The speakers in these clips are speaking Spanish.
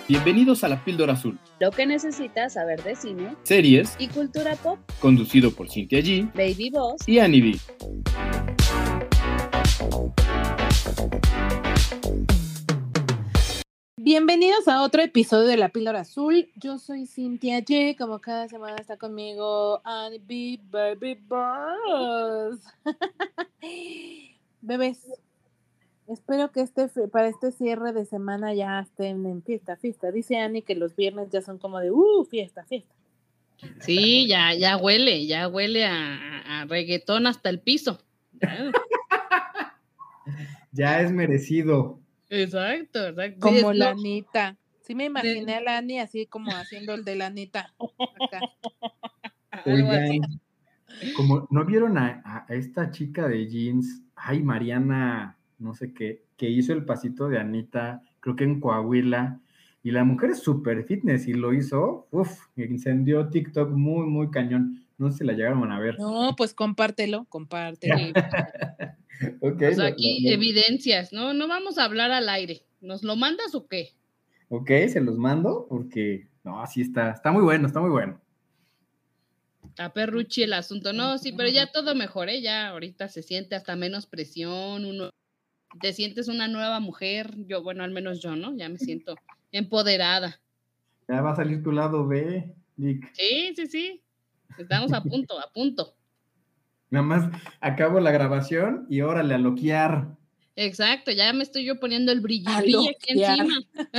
Bienvenidos a La Píldora Azul. Lo que necesitas saber de cine, series y cultura pop. Conducido por Cynthia G, Baby Boss y Annie B. Bienvenidos a otro episodio de La Píldora Azul. Yo soy Cynthia G. Como cada semana está conmigo Annie B, Baby Boss. Bebés, espero que para este cierre de semana ya estén en fiesta. Dice Annie que los viernes ya son como de fiesta. Sí, ya huele a reggaetón hasta el piso. Ya es merecido. Exacto. Como la Anita. Sí me imaginé a la Annie así como haciendo el de la Anita. Acá. Oigan, como no vieron a esta chica de jeans, Mariana, no sé qué, que hizo el pasito de Anita, creo que en Coahuila, y la mujer es súper fitness y lo hizo, incendió TikTok muy, muy cañón. No sé si la llegaron a ver. No, pues compártelo. Okay, pues aquí evidencias, ¿no? No vamos a hablar al aire. ¿Nos lo mandas o qué? Ok, se los mando porque, no, así está muy bueno. Está perruchi el asunto. No, sí, pero ya todo mejor, ¿eh? Ya ahorita se siente hasta menos presión, te sientes una nueva mujer. Yo, bueno, al menos yo, ¿no? Ya me siento empoderada. Ya va a salir tu lado B, Dick. Sí. Estamos a punto. Nada más acabo la grabación y órale a loquear. Exacto, ya me estoy yo poniendo el brillo aquí encima.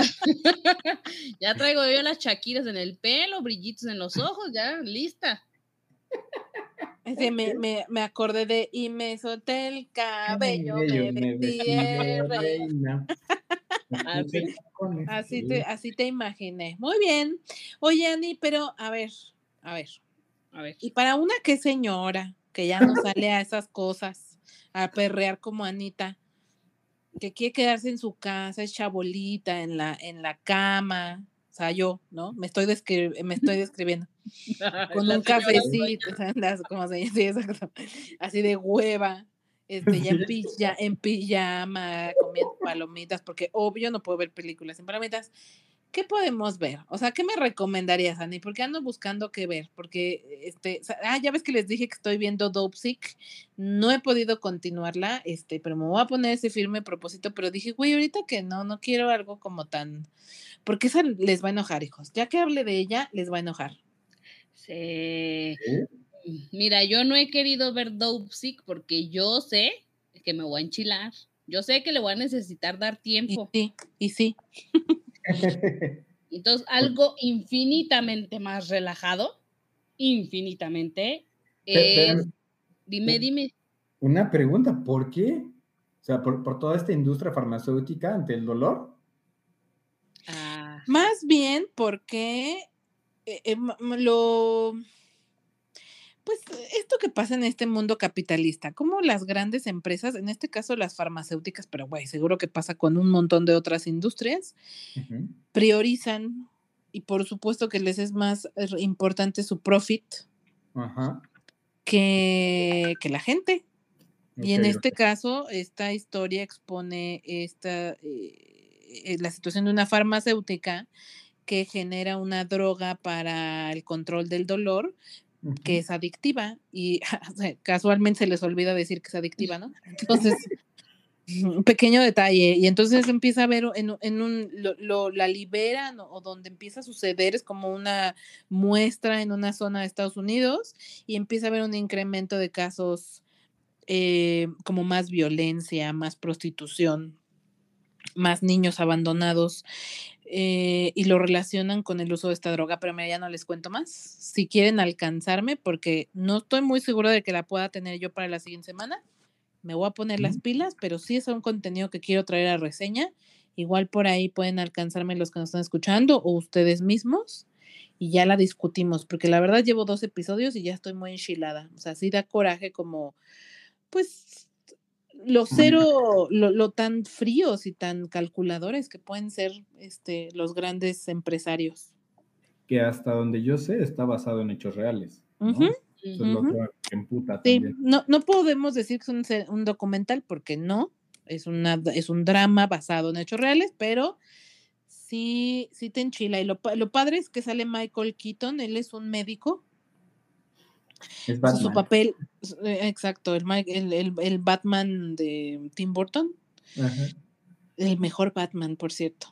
Ya traigo yo las chaquiras en el pelo, brillitos en los ojos, ya lista. Me acordé de y me solté el cabello, me vestí de reina. Así te imaginé. Muy bien. Oye, Annie, pero a ver. Y para una que es señora, que ya no sale a esas cosas, a perrear como Anita, que quiere quedarse en su casa, es chabolita, en la cama, o sea, yo, ¿no? Me estoy describiendo. Con un cafecito, como se dice, así de hueva, ya en pijama, comiendo palomitas, porque obvio no puedo ver películas sin palomitas. ¿Qué podemos ver? O sea, ¿qué me recomendarías, Annie? Porque ando buscando qué ver, porque ya ves que les dije que estoy viendo Dopesick, no he podido continuarla, pero me voy a poner ese firme propósito, pero dije, güey, ahorita que no quiero algo como tan, porque esa les va a enojar, hijos. Ya que hable de ella, les va a enojar. Sí. Mira, yo no he querido ver Dopesick porque yo sé que me voy a enchilar. Yo sé que le voy a necesitar dar tiempo. Y sí. Entonces, algo infinitamente más relajado, Pero, dime. Una pregunta, ¿por qué? O sea, ¿por toda esta industria farmacéutica ante el dolor? Más bien porque pues esto que pasa en este mundo capitalista, como las grandes empresas, en este caso las farmacéuticas, pero güey, seguro que pasa con un montón de otras industrias, priorizan, y por supuesto que les es más importante su profit que la gente. Y en este caso, esta historia expone la situación de una farmacéutica que genera una droga para el control del dolor, que es adictiva, y casualmente se les olvida decir que es adictiva, ¿no? Entonces, un pequeño detalle, y entonces empieza a ver la liberan, o donde empieza a suceder es como una muestra en una zona de Estados Unidos, y empieza a haber un incremento de casos como más violencia, más prostitución, más niños abandonados, y lo relacionan con el uso de esta droga, pero mira, ya no les cuento más. Si quieren alcanzarme, porque no estoy muy segura de que la pueda tener yo para la siguiente semana, me voy a poner las pilas, pero sí es un contenido que quiero traer a reseña. Igual por ahí pueden alcanzarme los que nos están escuchando o ustedes mismos y ya la discutimos, porque la verdad llevo 2 episodios y ya estoy muy enchilada. O sea, sí da coraje como, pues, lo tan fríos y tan calculadores que pueden ser los grandes empresarios. Que hasta donde yo sé está basado en hechos reales, ¿no? Eso es lo que emputa también. No podemos decir que es un documental porque no, es un drama basado en hechos reales, pero sí te enchila. Y lo padre es que sale Michael Keaton, él es un médico. Es O sea, su Batman. papel, exacto, el Batman de Tim Burton. Ajá. El mejor Batman, por cierto.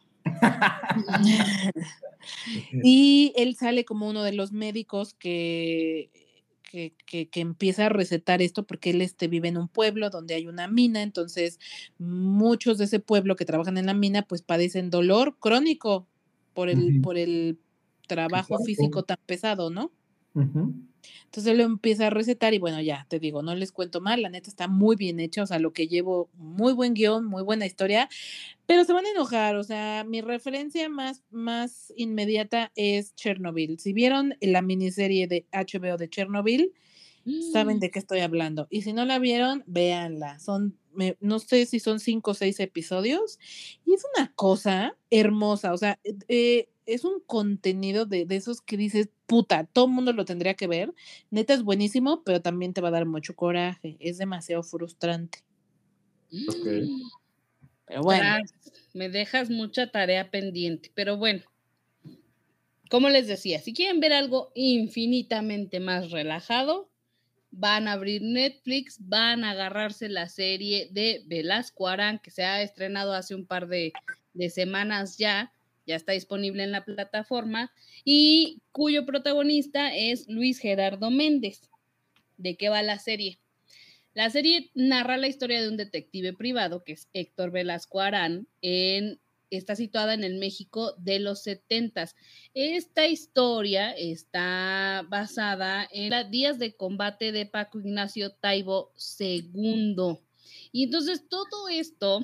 Y él sale como uno de los médicos que empieza a recetar esto porque él vive en un pueblo donde hay una mina, entonces muchos de ese pueblo que trabajan en la mina pues padecen dolor crónico por el trabajo físico tan pesado, ¿no? Entonces él lo empieza a recetar y bueno, ya te digo, no les cuento mal, la neta está muy bien hecha, o sea, lo que llevo, muy buen guión, muy buena historia, pero se van a enojar, o sea, mi referencia más inmediata es Chernobyl. Si vieron la miniserie de HBO de Chernobyl, saben de qué estoy hablando. Y si no la vieron, véanla. No sé si son 5 o 6 episodios, y es una cosa hermosa, o sea, es un contenido de esos que dices, puta, todo el mundo lo tendría que ver. Neta es buenísimo, pero también te va a dar mucho coraje, es demasiado frustrante. Ok. Pero bueno. Me dejas mucha tarea pendiente, pero bueno, como les decía, si quieren ver algo infinitamente más relajado, van a abrir Netflix, van a agarrarse la serie de Velasco Arán, que se ha estrenado hace un par de semanas ya está disponible en la plataforma, y cuyo protagonista es Luis Gerardo Méndez. ¿De qué va la serie? La serie narra la historia de un detective privado, que es Héctor Velasco Arán, está situada en el México de los 70s. Esta historia está basada en los días de combate de Paco Ignacio Taibo II. Y entonces todo esto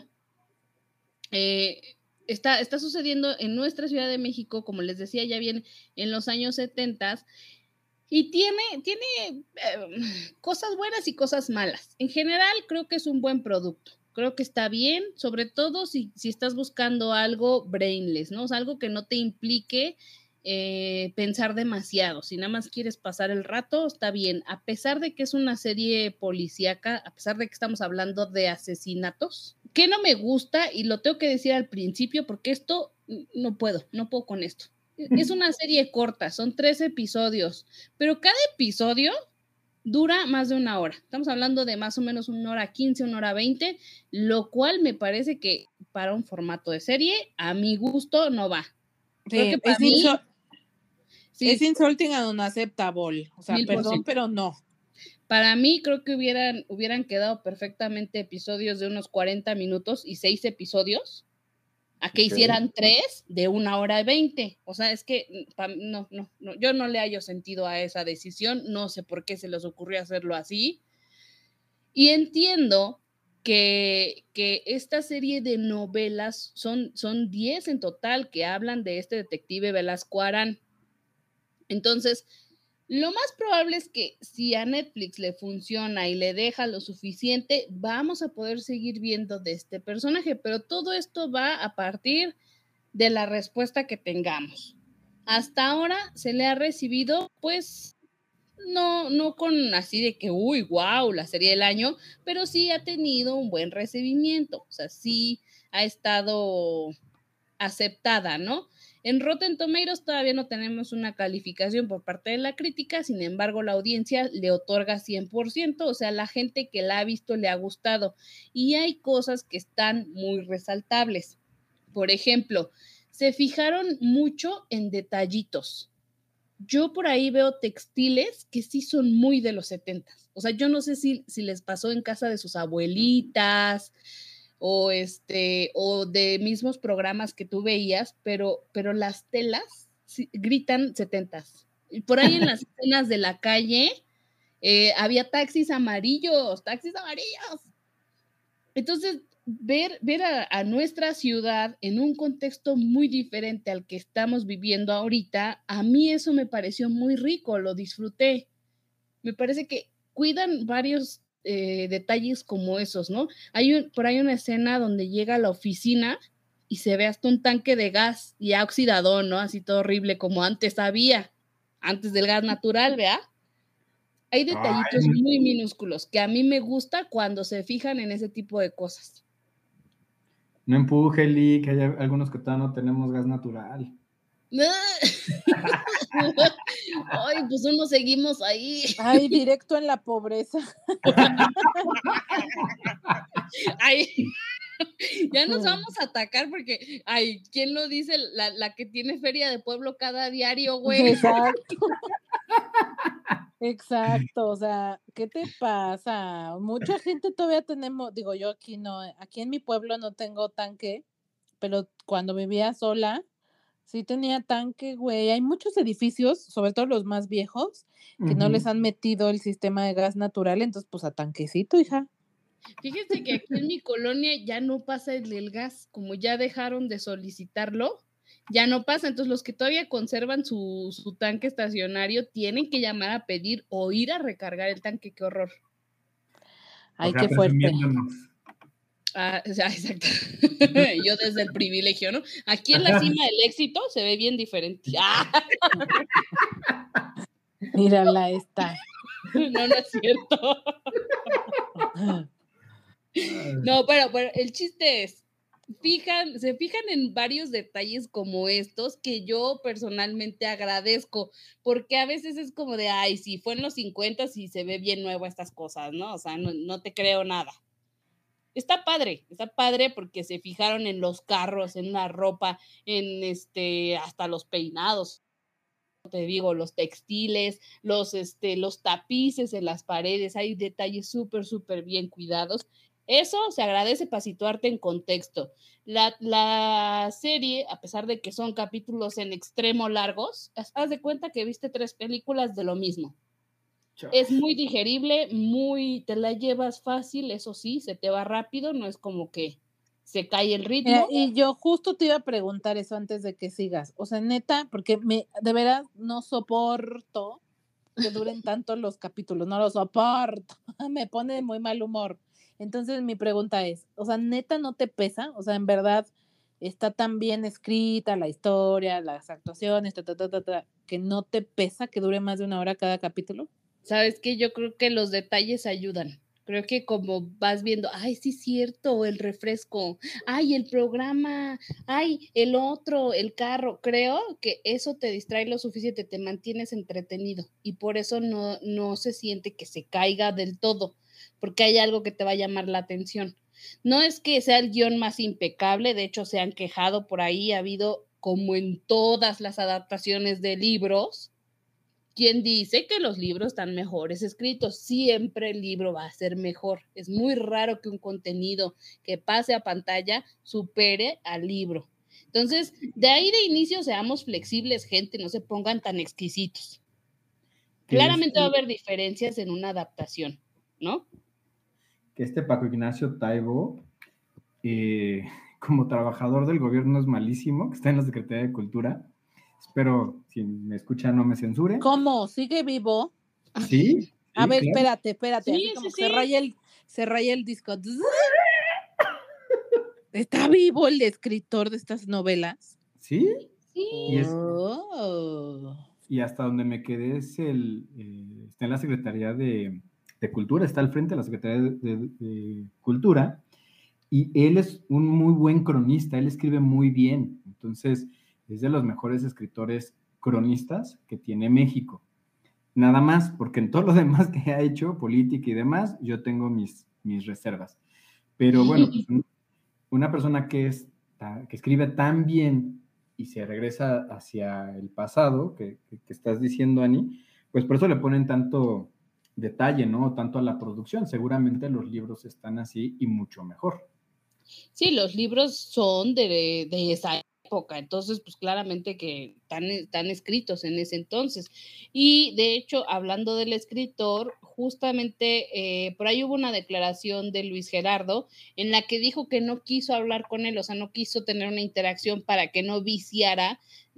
está sucediendo en nuestra Ciudad de México, como les decía, ya bien en los años 70s. Y tiene cosas buenas y cosas malas. En general, creo que es un buen producto. Creo que está bien, sobre todo si estás buscando algo brainless, ¿no? O sea, algo que no te implique pensar demasiado. Si nada más quieres pasar el rato, está bien. A pesar de que es una serie policíaca, a pesar de que estamos hablando de asesinatos, que no me gusta, y lo tengo que decir al principio, porque esto no puedo con esto. Es una serie corta, son 3 episodios, pero cada episodio dura más de 1 hora. Estamos hablando de más o menos 1h15, 1h20, lo cual me parece que para un formato de serie, a mi gusto, no va. Creo que para mí... Es insulting and unacceptable. O sea, 1000%. Perdón, pero no. Para mí, creo que hubieran quedado perfectamente episodios de unos 40 minutos y 6 episodios, a que hicieran 3 de 1h20. O sea, es que no, yo no le hallo sentido a esa decisión, no sé por qué se les ocurrió hacerlo así. Y entiendo que esta serie de novelas son 10 en total que hablan de este detective Velasco Arán. Entonces, lo más probable es que si a Netflix le funciona y le deja lo suficiente, vamos a poder seguir viendo de este personaje, pero todo esto va a partir de la respuesta que tengamos. Hasta ahora se le ha recibido, pues, no con así de que, uy, wow, la serie del año, pero sí ha tenido un buen recibimiento, o sea, sí ha estado aceptada, ¿no? En Rotten Tomatoes todavía no tenemos una calificación por parte de la crítica, sin embargo, la audiencia le otorga 100%, o sea, la gente que la ha visto le ha gustado, y hay cosas que están muy resaltables. Por ejemplo, se fijaron mucho en detallitos. Yo por ahí veo textiles que sí son muy de los 70s. O sea, yo no sé si les pasó en casa de sus abuelitas o de mismos programas que tú veías, pero las telas sí, gritan 70s. Y por ahí en las escenas de la calle había taxis amarillos. Entonces, ver a nuestra ciudad en un contexto muy diferente al que estamos viviendo ahorita, a mí eso me pareció muy rico, lo disfruté. Me parece que cuidan varios detalles como esos, ¿no? Por ahí una escena donde llega a la oficina y se ve hasta un tanque de gas ya oxidado, ¿no? Así todo horrible como antes del gas natural, ¿verdad? Hay detallitos muy minúsculos que a mí me gusta cuando se fijan en ese tipo de cosas. No empuje, Lee, que hay algunos que todavía no tenemos gas natural. Ay, pues uno seguimos ahí. Ay, directo en la pobreza. Ay, ya nos vamos a atacar porque, ay, ¿quién lo dice? La que tiene feria de pueblo cada diario, güey. Exacto. Exacto, o sea, ¿qué te pasa? Mucha gente todavía tenemos, digo, yo aquí no, aquí en mi pueblo no tengo tanque, pero cuando vivía sola, sí tenía tanque, güey. Hay muchos edificios, sobre todo los más viejos, que no les han metido el sistema de gas natural, entonces pues a tanquecito, hija. Fíjense que aquí en mi colonia ya no pasa el gas, como ya dejaron de solicitarlo, ya no pasa. Entonces los que todavía conservan su tanque estacionario tienen que llamar a pedir o ir a recargar el tanque. ¡Qué horror! Ay, qué fuerte. Ah, exacto. Yo desde el privilegio, ¿no? Aquí en la cima del éxito se ve bien diferente. ¡Ah! Mírala esta. No, no es cierto. No, pero el chiste es, se fijan en varios detalles como estos que yo personalmente agradezco, porque a veces es como de, ay, si fue en los 50 y se ve bien nuevo estas cosas, ¿no? O sea, no te creo nada. Está padre porque se fijaron en los carros, en la ropa, en hasta los peinados. Te digo, los textiles, los tapices en las paredes, hay detalles súper, súper bien cuidados. Eso se agradece para situarte en contexto. La serie, a pesar de que son capítulos en extremo largos, haz de cuenta que viste 3 películas de lo mismo. Es muy digerible, te la llevas fácil, eso sí, se te va rápido, no es como que se cae el ritmo. Y yo justo te iba a preguntar eso antes de que sigas. O sea, neta, porque de verdad no soporto que duren tanto los capítulos, no lo soporto, me pone de muy mal humor. Entonces mi pregunta es, o sea, neta no te pesa, o sea, en verdad está tan bien escrita la historia, las actuaciones, que no te pesa que dure más de 1 hora cada capítulo. ¿Sabes qué? Yo creo que los detalles ayudan. Creo que como vas viendo, ay, sí es cierto, el refresco, ay, el programa, ay, el otro, el carro, creo que eso te distrae lo suficiente, te mantienes entretenido y por eso no se siente que se caiga del todo, porque hay algo que te va a llamar la atención. No es que sea el guión más impecable, de hecho se han quejado por ahí, ha habido como en todas las adaptaciones de libros, quien dice que los libros están mejores escritos. Siempre el libro va a ser mejor. Es muy raro que un contenido que pase a pantalla supere al libro. Entonces, de ahí de inicio seamos flexibles, gente, no se pongan tan exquisitos. Claramente va a haber diferencias en una adaptación, ¿no? Que Paco Ignacio Taibo, como trabajador del gobierno es malísimo, que está en la Secretaría de Cultura. Espero, si me escucha, no me censure. ¿Cómo? ¿Sigue vivo? Sí. A ver, claro. espérate. Sí, así como sí. se raya el disco. ¿Está vivo el escritor de estas novelas? Sí. Sí. Y hasta donde me quedé está en la Secretaría de Cultura, está al frente de la Secretaría de Cultura, y él es un muy buen cronista, él escribe muy bien, entonces es de los mejores escritores cronistas que tiene México. Nada más, porque en todo lo demás que ha hecho, política y demás, yo tengo mis reservas. Pero bueno, pues una persona que escribe tan bien y se regresa hacia el pasado, que estás diciendo, Ani, pues por eso le ponen tanto detalle, ¿no? Tanto a la producción. Seguramente los libros están así y mucho mejor. Sí, los libros son de esa época, entonces pues claramente que están escritos en ese entonces. Y de hecho, hablando del escritor, justamente por ahí hubo una declaración de Luis Gerardo en la que dijo que no quiso hablar con él, o sea, no quiso tener una interacción para que no viciara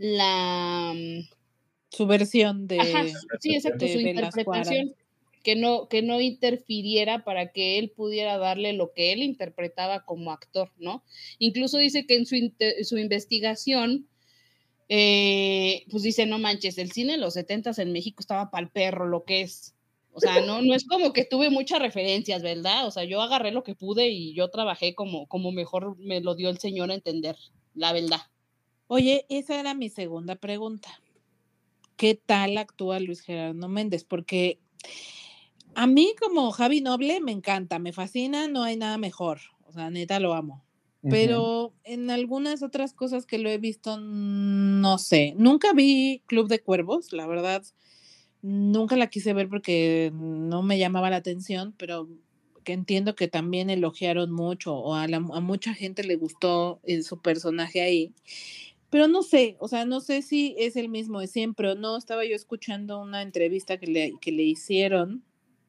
su versión de... Ajá, sí, exacto, su interpretación. Que no interfiriera para que él pudiera darle lo que él interpretaba como actor, ¿no? Incluso dice que en su investigación, pues dice, no manches, el cine en los 70s en México estaba pa'l perro, lo que es. O sea, no es como que tuve muchas referencias, ¿verdad? O sea, yo agarré lo que pude y yo trabajé como mejor me lo dio el señor a entender, la verdad. Oye, esa era mi segunda pregunta. ¿Qué tal actúa Luis Gerardo Méndez? Porque a mí como Javi Noble me encanta, me fascina, no hay nada mejor. O sea, neta lo amo. Pero en algunas otras cosas que lo he visto, no sé. Nunca vi Club de Cuervos, la verdad. Nunca la quise ver porque no me llamaba la atención, pero que entiendo que también elogiaron mucho o a mucha gente le gustó su personaje ahí. Pero no sé, o sea, no sé si es el mismo de siempre o no. Estaba yo escuchando una entrevista que le hicieron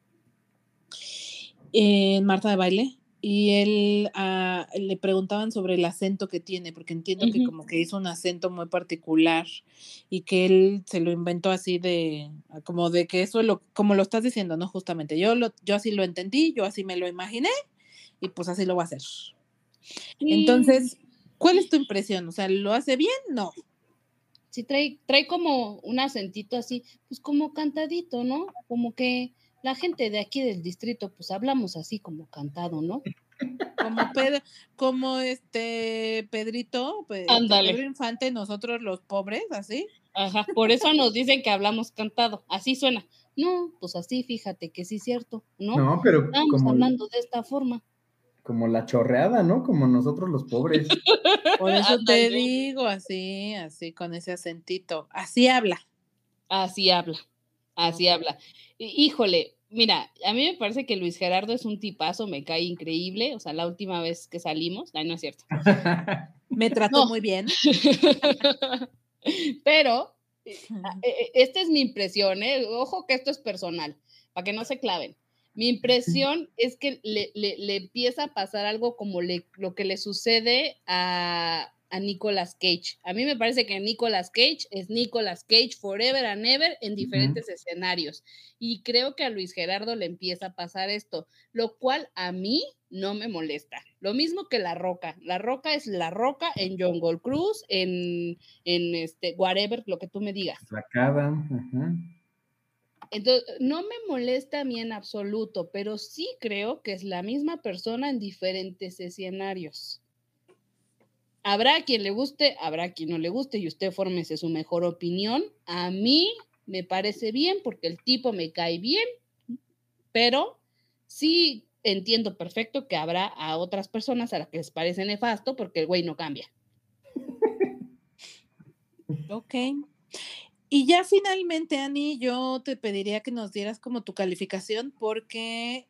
en Marta de Baile y él le preguntaban sobre el acento que tiene, porque entiendo que como que hizo un acento muy particular y que él se lo inventó así como de que eso como lo estás diciendo, ¿no? Justamente, yo así lo entendí, yo así me lo imaginé y pues así lo voy a hacer. Entonces, ¿cuál es tu impresión? O sea, ¿lo hace bien? No. Sí, trae como un acentito así, pues como cantadito, ¿no? Como que la gente de aquí del distrito, pues hablamos así como cantado, ¿no? Como Pedrito, Ándale. Pedro Infante, nosotros los pobres, así. Ajá, por eso nos dicen que hablamos cantado, así suena. No, pues así, fíjate que sí es cierto, ¿no? No, pero estamos hablando de esta forma. Como la chorreada, ¿no? Como nosotros los pobres. Por eso te digo, así, con ese acentito. Así habla. Así habla, así habla. Híjole, mira, a mí me parece que Luis Gerardo es un tipazo, me cae increíble. O sea, la última vez que salimos, no es cierto. Me trató muy bien. Pero, esta es mi impresión, ¿eh? Ojo que esto es personal, para que no se claven. Mi impresión es que le empieza a pasar algo como lo que le sucede a Nicolas Cage. A mí me parece que Nicolas Cage es Nicolas Cage forever and ever en diferentes escenarios. Y creo que a Luis Gerardo le empieza a pasar esto, lo cual a mí no me molesta. Lo mismo que La Roca. La Roca es La Roca en Jungle Cruise, en whatever, lo que tú me digas. Sacada, ajá. Entonces, no me molesta a mí en absoluto, pero sí creo que es la misma persona en diferentes escenarios. Habrá quien le guste, habrá quien no le guste, y usted fórmese su mejor opinión. A mí me parece bien porque el tipo me cae bien, pero sí entiendo perfecto que habrá a otras personas a las que les parece nefasto porque el güey no cambia. Ok. Y ya finalmente, Ani, yo te pediría que nos dieras como tu calificación porque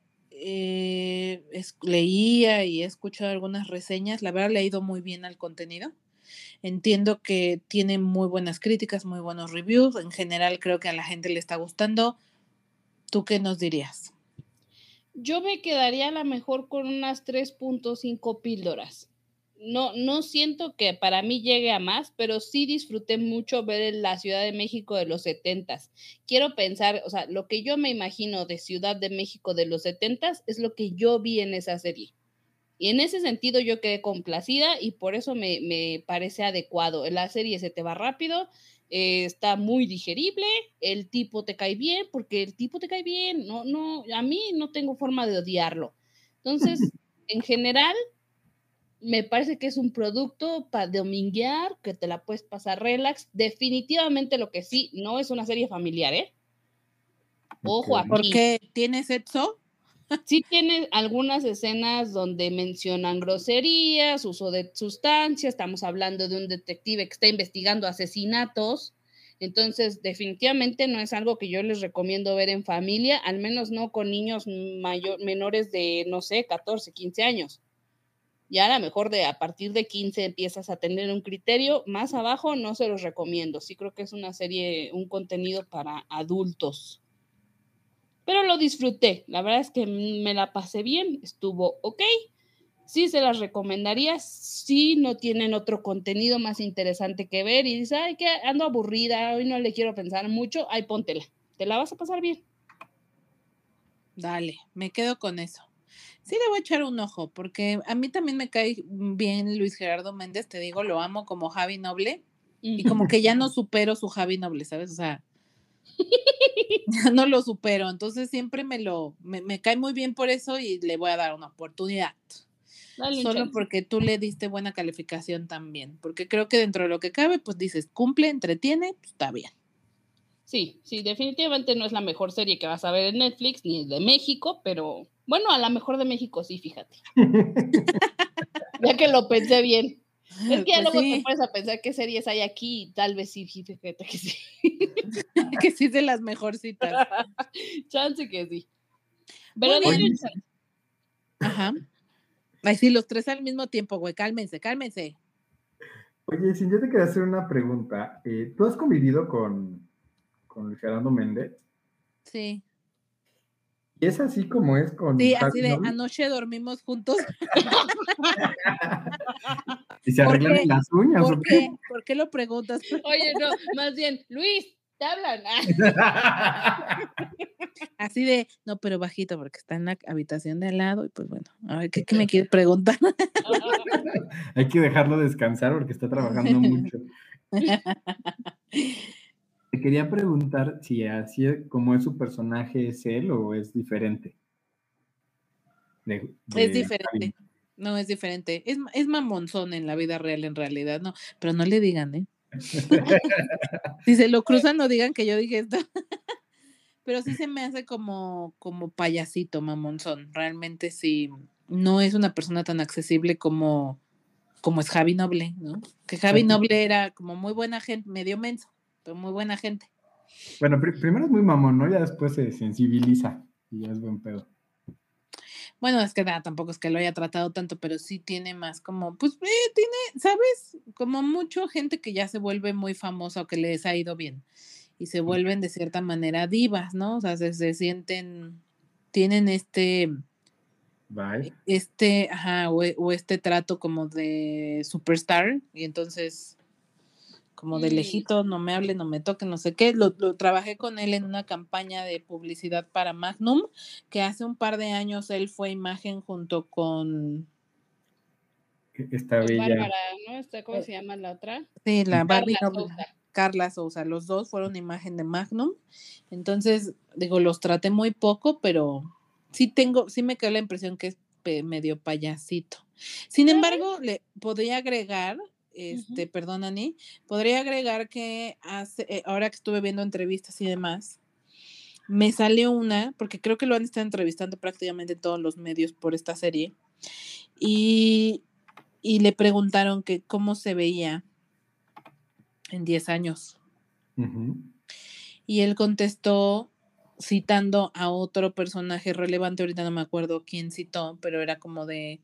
leía y he escuchado algunas reseñas. La verdad, le ha ido muy bien al contenido. Entiendo que tiene muy buenas críticas, muy buenos reviews. En general, creo que a la gente le está gustando. ¿Tú qué nos dirías? Yo me quedaría a lo mejor con unas 3.5 píldoras. No siento que para mí llegue a más, pero sí disfruté mucho ver la Ciudad de México de los 70s. Quiero pensar, o sea, lo que yo me imagino de Ciudad de México de los 70s es lo que yo vi en esa serie. Y en ese sentido yo quedé complacida y por eso me parece adecuado. La serie se te va rápido, está muy digerible, el tipo te cae bien, porque el tipo te cae bien, a mí no tengo forma de odiarlo. Entonces, en general, me parece que es un producto para dominguear, que te la puedes pasar relax. Definitivamente lo que sí, no es una serie familiar, ¿eh? Ojo aquí. ¿Por qué? ¿Tiene sexo? Sí tiene algunas escenas donde mencionan groserías, uso de sustancias, estamos hablando de un detective que está investigando asesinatos, entonces definitivamente no es algo que yo les recomiendo ver en familia, al menos no con niños menores de, no sé, 14, 15 años. Ya a lo mejor a partir de 15 empiezas a tener un criterio, más abajo no se los recomiendo, sí creo que es una serie, un contenido para adultos. Pero lo disfruté, la verdad es que me la pasé bien, estuvo ok, sí se las recomendaría, si no tienen otro contenido más interesante que ver y dices, ay, que ando aburrida, hoy no le quiero pensar mucho, ay, póntela, te la vas a pasar bien. Dale, me quedo con eso. Sí le voy a echar un ojo, porque a mí también me cae bien Luis Gerardo Méndez, te digo, lo amo como Javi Noble, y como que ya no supero su Javi Noble, ¿sabes? O sea, Ya no lo supero, entonces siempre me cae muy bien por eso y le voy a dar una oportunidad. Dale un Solo chance. porque tú le diste buena calificación también, porque creo que dentro de lo que cabe, pues dices, cumple, entretiene, pues está bien. Sí, definitivamente no es la mejor serie que vas a ver en Netflix, ni de México, pero bueno, a la mejor de México sí, fíjate. Ya que lo pensé bien. Es que ya Pues luego te sí, pones a pensar qué series hay aquí y tal vez sí, fíjate que sí. que sí es de las mejorcitas. Chance que sí. Muy Pero dale bien. un chance. Ajá. Ay, sí, los tres al mismo tiempo, güey, cálmense. Oye, si yo te quería hacer una pregunta, ¿tú has convivido con Luis Gerardo Méndez? Sí. ¿Y es así como es con Sí, Javi así de Noble? anoche dormimos juntos. ¿Y se arreglan en las uñas o qué? ¿Por qué lo preguntas? Oye, no, más bien, Luis, te hablan. Así de, no, pero bajito, porque está en la habitación de al lado, y pues bueno, a ver, ¿qué me quieres preguntar? Hay que dejarlo descansar porque está trabajando mucho. Te quería preguntar si así como es su personaje, ¿es él o es diferente? Es De Javi. diferente. No, es diferente. Es mamonzón en la vida real, en realidad, no. Pero no le digan, ¿eh? Si se lo cruzan, no digan que yo dije esto. Pero sí se me hace como payasito, mamonzón. Realmente sí, no es una persona tan accesible como es Javi Noble, ¿no? Que Javi Noble era como muy buena gente, medio menso, pero muy buena gente. Bueno, primero es muy mamón, ¿no? Ya después se sensibiliza y ya es buen pedo. Bueno, es que tampoco es que lo haya tratado tanto, pero sí tiene más como, pues, tiene, ¿sabes? Como mucha gente que ya se vuelve muy famosa o que les ha ido bien y se vuelven de cierta manera divas, ¿no? O sea, se sienten, tienen Bye. ajá, o este trato como de superstar y entonces como de lejito, no me hable, no me toque, no sé qué. Lo trabajé con él en una campaña de publicidad para Magnum, que hace un par de años él fue imagen junto con Esta Con bella. Bárbara, ¿no? ¿Cómo se llama la otra? sí, la Barbie Carla Noble, Sousa. Carla Sousa, los dos fueron imagen de Magnum. Entonces, digo, los traté muy poco, pero sí me quedó la impresión que es medio payasito. Sin embargo, le podría agregar, perdón, Ani, podría agregar que ahora que estuve viendo entrevistas y demás, me salió una, porque creo que lo han estado entrevistando prácticamente todos los medios por esta serie, y le preguntaron que cómo se veía en 10 años. Uh-huh. Y él contestó citando a otro personaje relevante, ahorita no me acuerdo quién citó, pero era como de,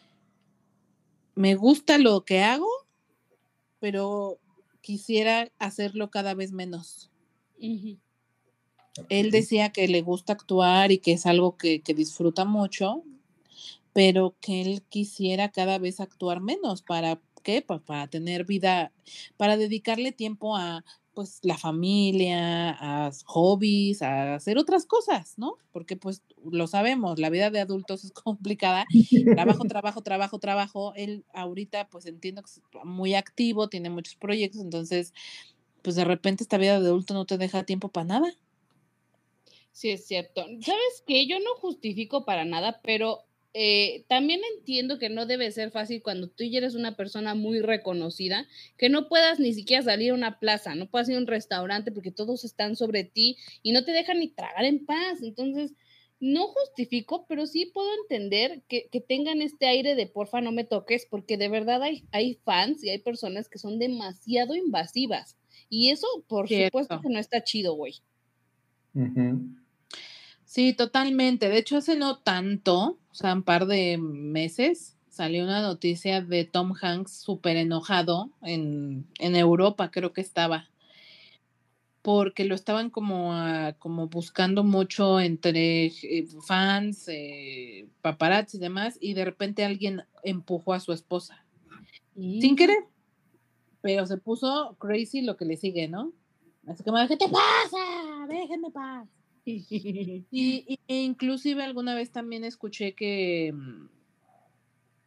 me gusta lo que hago, pero quisiera hacerlo cada vez menos. Uh-huh. Él decía que le gusta actuar y que es algo que disfruta mucho, pero que él quisiera cada vez actuar menos. ¿Para qué? Para tener vida, para dedicarle tiempo a pues la familia, a hobbies, a hacer otras cosas, ¿no? Porque pues lo sabemos, la vida de adultos es complicada, trabajo. Él ahorita pues entiendo que es muy activo, tiene muchos proyectos, entonces pues de repente esta vida de adulto no te deja tiempo para nada. Sí, es cierto. ¿Sabes qué? Yo no justifico para nada, pero también entiendo que no debe ser fácil cuando tú ya eres una persona muy reconocida, que no puedas ni siquiera salir a una plaza, no puedas ir a un restaurante porque todos están sobre ti y no te dejan ni tragar en paz. Entonces, no justifico, pero sí puedo entender que tengan este aire de porfa no me toques, porque de verdad hay fans y hay personas que son demasiado invasivas. Y eso, por supuesto que no está chido, güey. Uh-huh. Sí, totalmente. De hecho, hace no tanto, o sea, un par de meses, salió una noticia de Tom Hanks súper enojado en Europa, creo que estaba, porque lo estaban como buscando mucho entre fans, paparazzi y demás, y de repente alguien empujó a su esposa, sin querer, pero se puso crazy lo que le sigue, ¿no? Así como, ¿qué te pasa? Déjenme paz. Y inclusive alguna vez también escuché que,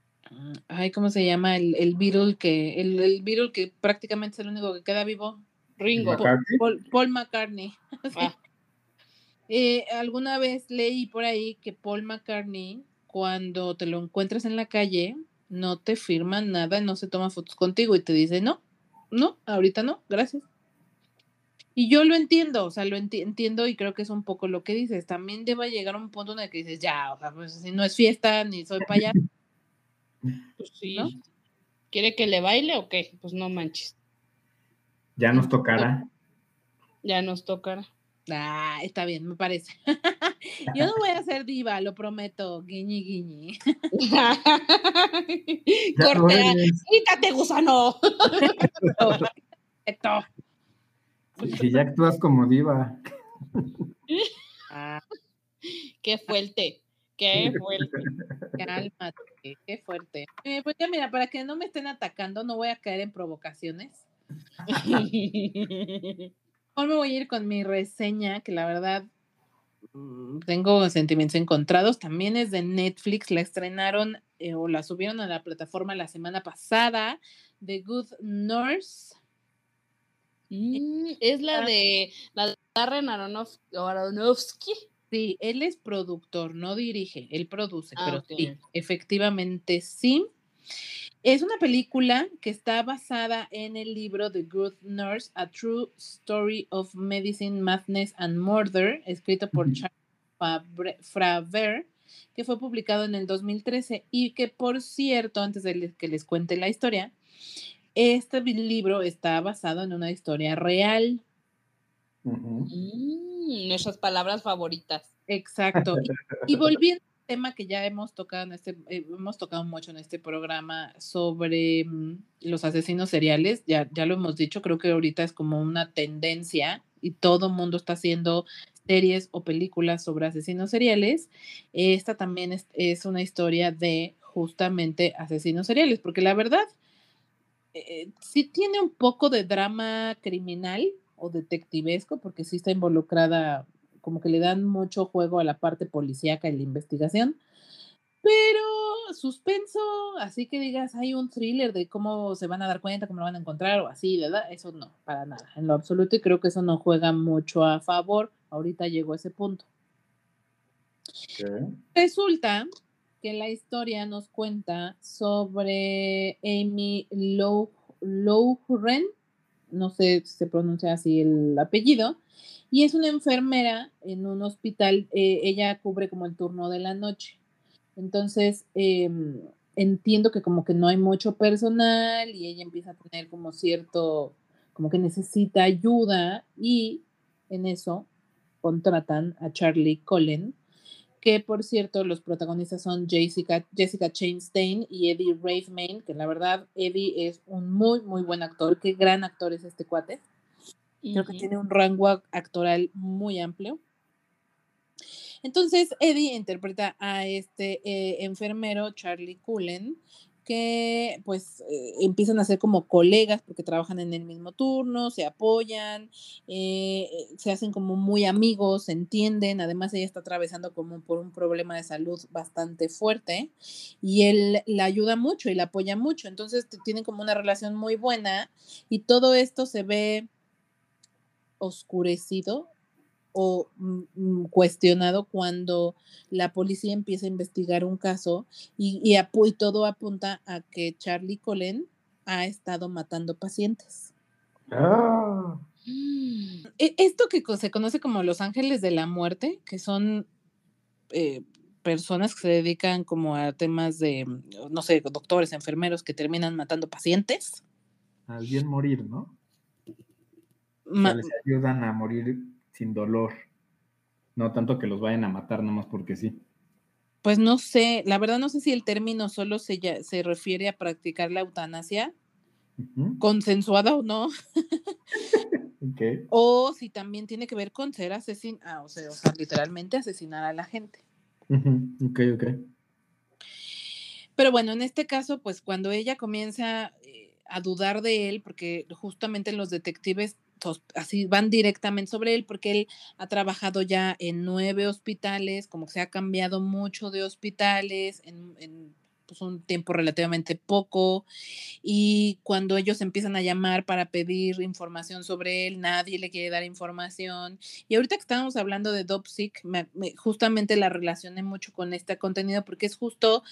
ay, ¿cómo se llama? El Beatle el Beatle que prácticamente es el único que queda vivo. Ringo. Paul McCartney. Ah. Alguna vez leí por ahí que Paul McCartney, cuando te lo encuentras en la calle, no te firma nada, no se toma fotos contigo y te dice, no, ahorita no, gracias. Y yo lo entiendo, o sea, entiendo y creo que es un poco lo que dices. También debe llegar un punto en el que dices, ya, o sea, pues si no es fiesta ni soy payaso. Pues sí. ¿No? ¿Quiere que le baile o qué? Pues no manches. Ya nos tocará. Ya nos tocará. Está bien, me parece. Yo no voy a ser diva, lo prometo. Guiñi, guiñi. Cortea, quítate, gusano. Si ya actúas como diva. Qué fuerte. Qué fuerte. Cálmate, qué fuerte. Pues ya mira, para que no me estén atacando, no voy a caer en provocaciones. Hoy me voy a ir con mi reseña, que la verdad tengo sentimientos encontrados. También es de Netflix, la estrenaron o la subieron a la plataforma la semana pasada, The Good Nurse. Es la de Darren Aronofsky. Sí, él es productor, no dirige, él produce, pero okay. Sí, efectivamente sí. Es una película que está basada en el libro The Good Nurse, A True Story of Medicine, Madness and Murder, escrito por Charles Faber, que fue publicado en el 2013 y que, por cierto, antes de que les cuente la historia, este libro está basado en una historia real. Nuestras palabras favoritas. Exacto. Y volviendo al tema que ya hemos tocado mucho en este programa sobre los asesinos seriales, ya lo hemos dicho, creo que ahorita es como una tendencia y todo el mundo está haciendo series o películas sobre asesinos seriales. Esta también es una historia de justamente asesinos seriales, porque la verdad sí tiene un poco de drama criminal o detectivesco, porque sí está involucrada, como que le dan mucho juego a la parte policíaca y la investigación, pero suspenso, así que digas, hay un thriller de cómo se van a dar cuenta, cómo lo van a encontrar o así, ¿verdad? Eso no, para nada, en lo absoluto, y creo que eso no juega mucho a favor. Ahorita llegó a ese punto. Resulta que la historia nos cuenta sobre Amy Loughran, no sé si se pronuncia así el apellido, y es una enfermera en un hospital. Ella cubre como el turno de la noche. Entonces, entiendo que como que no hay mucho personal y ella empieza a tener como cierto, como que necesita ayuda, y en eso contratan a Charlie Cullen, que por cierto los protagonistas son Jessica Chastain y Eddie Redmayne, que la verdad Eddie es un muy muy buen actor. Qué gran actor es este cuate. Creo que tiene un rango actoral muy amplio. Entonces Eddie interpreta a este enfermero, Charlie Cullen, que pues empiezan a ser como colegas porque trabajan en el mismo turno, se apoyan, se hacen como muy amigos, se entienden. Además ella está atravesando como por un problema de salud bastante fuerte y él la ayuda mucho y la apoya mucho. Entonces tienen como una relación muy buena y todo esto se ve oscurecido o cuestionado cuando la policía empieza a investigar un caso y todo apunta a que Charlie Cullen ha estado matando pacientes. Esto que se conoce como los ángeles de la muerte, que son personas que se dedican como a temas de, no sé, doctores, enfermeros que terminan matando pacientes. Al bien morir, ¿no? Les ayudan a morir sin dolor. No tanto que los vayan a matar nomás porque sí. Pues no sé, la verdad no sé si el término solo se refiere a practicar la eutanasia, consensuada o no. Okay. O si también tiene que ver con ser o sea, literalmente asesinar a la gente. Ok. Pero bueno, en este caso, pues cuando ella comienza a dudar de él, porque justamente los detectives así van directamente sobre él, porque él ha trabajado ya en 9 hospitales, como que se ha cambiado mucho de hospitales, pues, un tiempo relativamente poco, y cuando ellos empiezan a llamar para pedir información sobre él, nadie le quiere dar información. Y ahorita que estábamos hablando de Dopsic, justamente la relacioné mucho con este contenido porque es justo,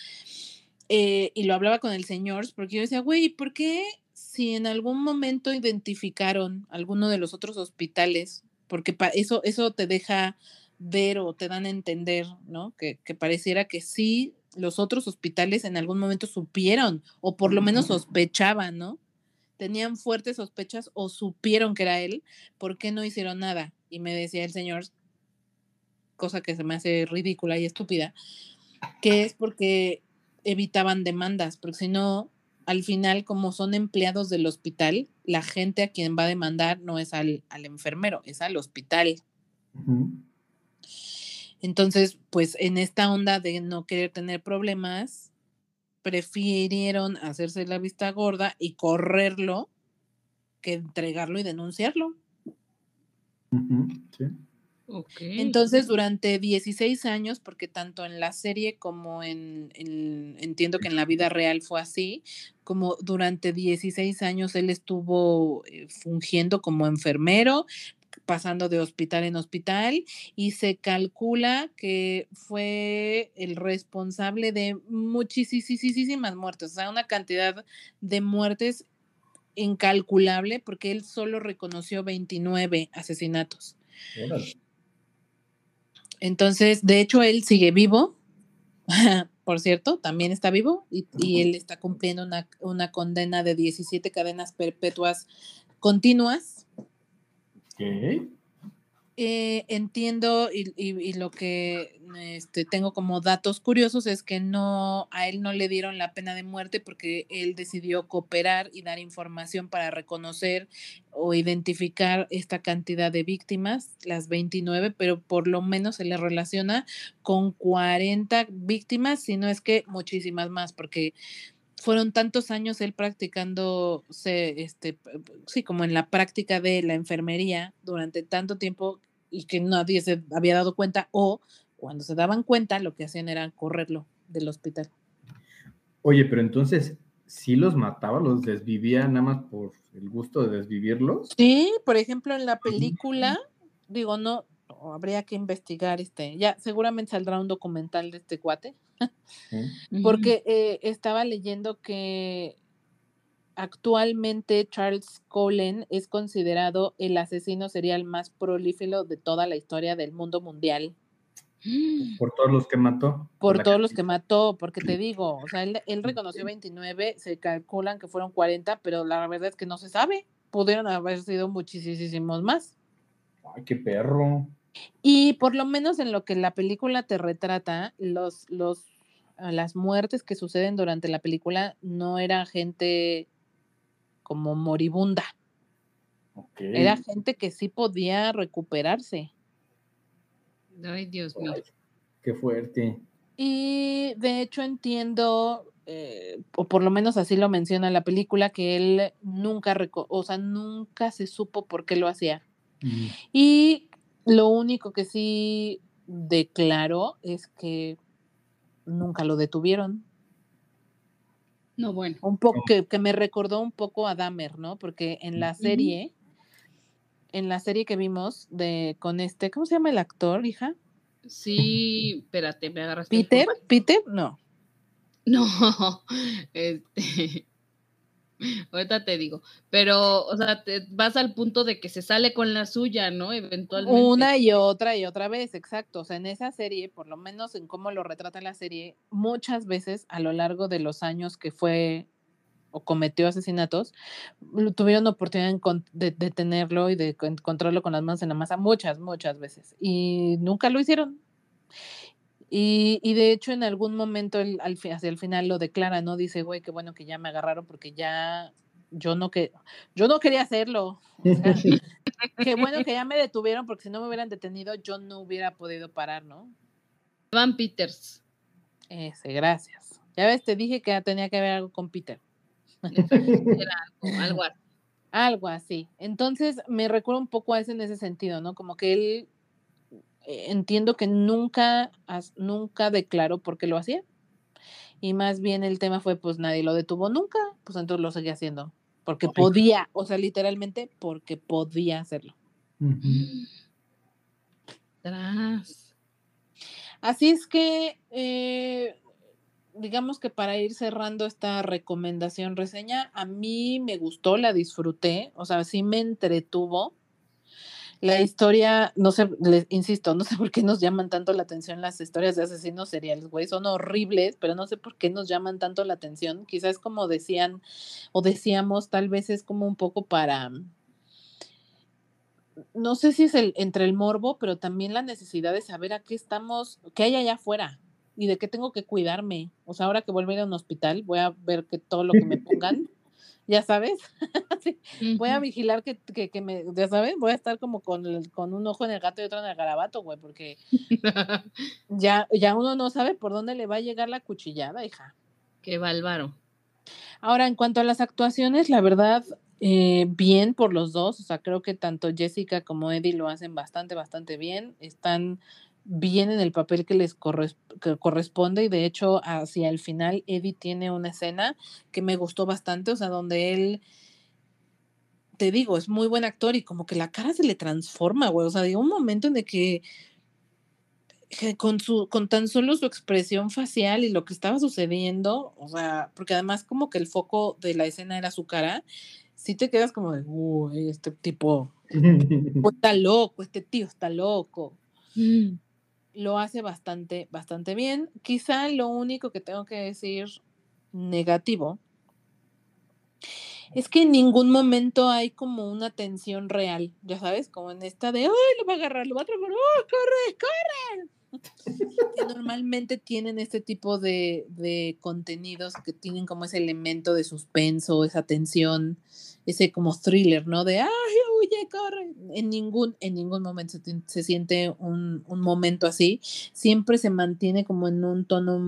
y lo hablaba con el señor, porque yo decía, güey, ¿por qué si en algún momento identificaron alguno de los otros hospitales? Porque eso te deja ver o te dan a entender, ¿no? Que pareciera que sí, los otros hospitales en algún momento supieron o por lo menos sospechaban, ¿no? Tenían fuertes sospechas o supieron que era él, ¿por qué no hicieron nada? Y me decía el señor, cosa que se me hace ridícula y estúpida, que es porque evitaban demandas, porque si no, al final, como son empleados del hospital, la gente a quien va a demandar no es al enfermero, es al hospital. Ujú. Entonces, pues en esta onda de no querer tener problemas, prefirieron hacerse la vista gorda y correrlo que entregarlo y denunciarlo. Ujú, sí. Ok. Entonces, durante 16 años, porque tanto en la serie como entiendo que en la vida real fue así, como durante 16 años él estuvo fungiendo como enfermero, pasando de hospital en hospital, y se calcula que fue el responsable de muchísimas muertes, o sea, una cantidad de muertes incalculable, porque él solo reconoció 29 asesinatos. Órale. Entonces, de hecho, él sigue vivo, por cierto, también está vivo, y él está cumpliendo una condena de 17 cadenas perpetuas continuas. ¿Qué? Entiendo y lo que tengo como datos curiosos es que a él no le dieron la pena de muerte porque él decidió cooperar y dar información para reconocer o identificar esta cantidad de víctimas, las 29, pero por lo menos se le relaciona con 40 víctimas, si no es que muchísimas más, porque fueron tantos años él practicando, sí, como en la práctica de la enfermería durante tanto tiempo y que nadie se había dado cuenta, o cuando se daban cuenta lo que hacían era correrlo del hospital. Oye, pero entonces, ¿sí los mataba, los desvivía nada más por el gusto de desvivirlos? Sí, por ejemplo, en la película, digo, no, habría que investigar, ya seguramente saldrá un documental de este cuate, porque estaba leyendo que actualmente Charles Cullen es considerado el asesino serial más prolífero de toda la historia del mundo mundial. Por todos los que mató. Por todos los que mató, porque te digo, o sea, él reconoció 29, se calculan que fueron 40, pero la verdad es que no se sabe. Pudieron haber sido muchísimos más. Ay, qué perro. Y por lo menos en lo que la película te retrata, las muertes que suceden durante la película no era gente como moribunda. Okay. Era gente que sí podía recuperarse. Ay, Dios mío. Ay, qué fuerte. Y de hecho entiendo, o por lo menos así lo menciona la película, que él nunca se supo por qué lo hacía. Y lo único que sí declaró es que nunca lo detuvieron. No, bueno. Un poco que me recordó un poco a Dahmer, ¿no? Porque en la serie que vimos con ¿cómo se llama el actor, hija? Sí, espérate, me agarraste. ¿Peter? No. No, ahorita te digo, pero, o sea, te vas al punto de que se sale con la suya, ¿no? Eventualmente. Una y otra vez, exacto. O sea, en esa serie, por lo menos en cómo lo retrata la serie, muchas veces a lo largo de los años que fue o cometió asesinatos, tuvieron oportunidad de detenerlo y de encontrarlo con las manos en la masa muchas veces. Y nunca lo hicieron. Y de hecho, en algún momento, hacia el final lo declara, ¿no? Dice, güey, qué bueno que ya me agarraron porque ya yo no quería hacerlo. O sea, qué bueno que ya me detuvieron porque si no me hubieran detenido, yo no hubiera podido parar, ¿no? Evan Peters. Gracias. Ya ves, te dije que tenía que haber algo con Peter. Era algo así. Algo así. Entonces, me recuerda un poco a eso en ese sentido, ¿no? Como que él, entiendo que nunca declaró por qué lo hacía. y más bien el tema fue, pues nadie lo detuvo nunca, pues entonces lo seguía haciendo, porque podía, o sea, literalmente porque podía hacerlo. Tras. Así es que, digamos que para ir cerrando esta recomendación reseña, a mí me gustó, la disfruté, o sea, sí me entretuvo. La historia, no sé, les insisto, no sé por qué nos llaman tanto la atención las historias de asesinos seriales, güey, son horribles, pero no sé por qué nos llaman tanto la atención. Quizás como decían o decíamos, tal vez es como un poco para, no sé si es entre el morbo, pero también la necesidad de saber a qué estamos, qué hay allá afuera y de qué tengo que cuidarme. O sea, ahora que vuelvo a ir a un hospital, voy a ver que todo lo que me pongan, ya sabes, sí, voy a vigilar que me, ya sabes, voy a estar como con un ojo en el gato y otro en el garabato, güey, porque ya uno no sabe por dónde le va a llegar la cuchillada, hija. Qué bárbaro. Ahora, en cuanto a las actuaciones, la verdad, bien por los dos, o sea, creo que tanto Jessica como Eddie lo hacen bastante bien, están bien en el papel que les corresponde y de hecho hacia el final Eddie tiene una escena que me gustó bastante, o sea, donde él, te digo, es muy buen actor y como que la cara se le transforma, güey, o sea, de un momento en el que con tan solo su expresión facial y lo que estaba sucediendo, o sea, porque además como que el foco de la escena era su cara, sí te quedas como de, uy, este tipo está loco, este tío está loco. Lo hace bastante bien. Quizá lo único que tengo que decir negativo es que en ningún momento hay como una tensión real, ya sabes, como en esta de, ¡ay, lo va a agarrar, lo va a atrapar! ¡Oh, corre! Que normalmente tienen este tipo de contenidos que tienen como ese elemento de suspenso, esa tensión, ese como thriller, ¿no? De, ¡ay, huye, corre! En ningún momento se siente un momento así. Siempre se mantiene como en un tono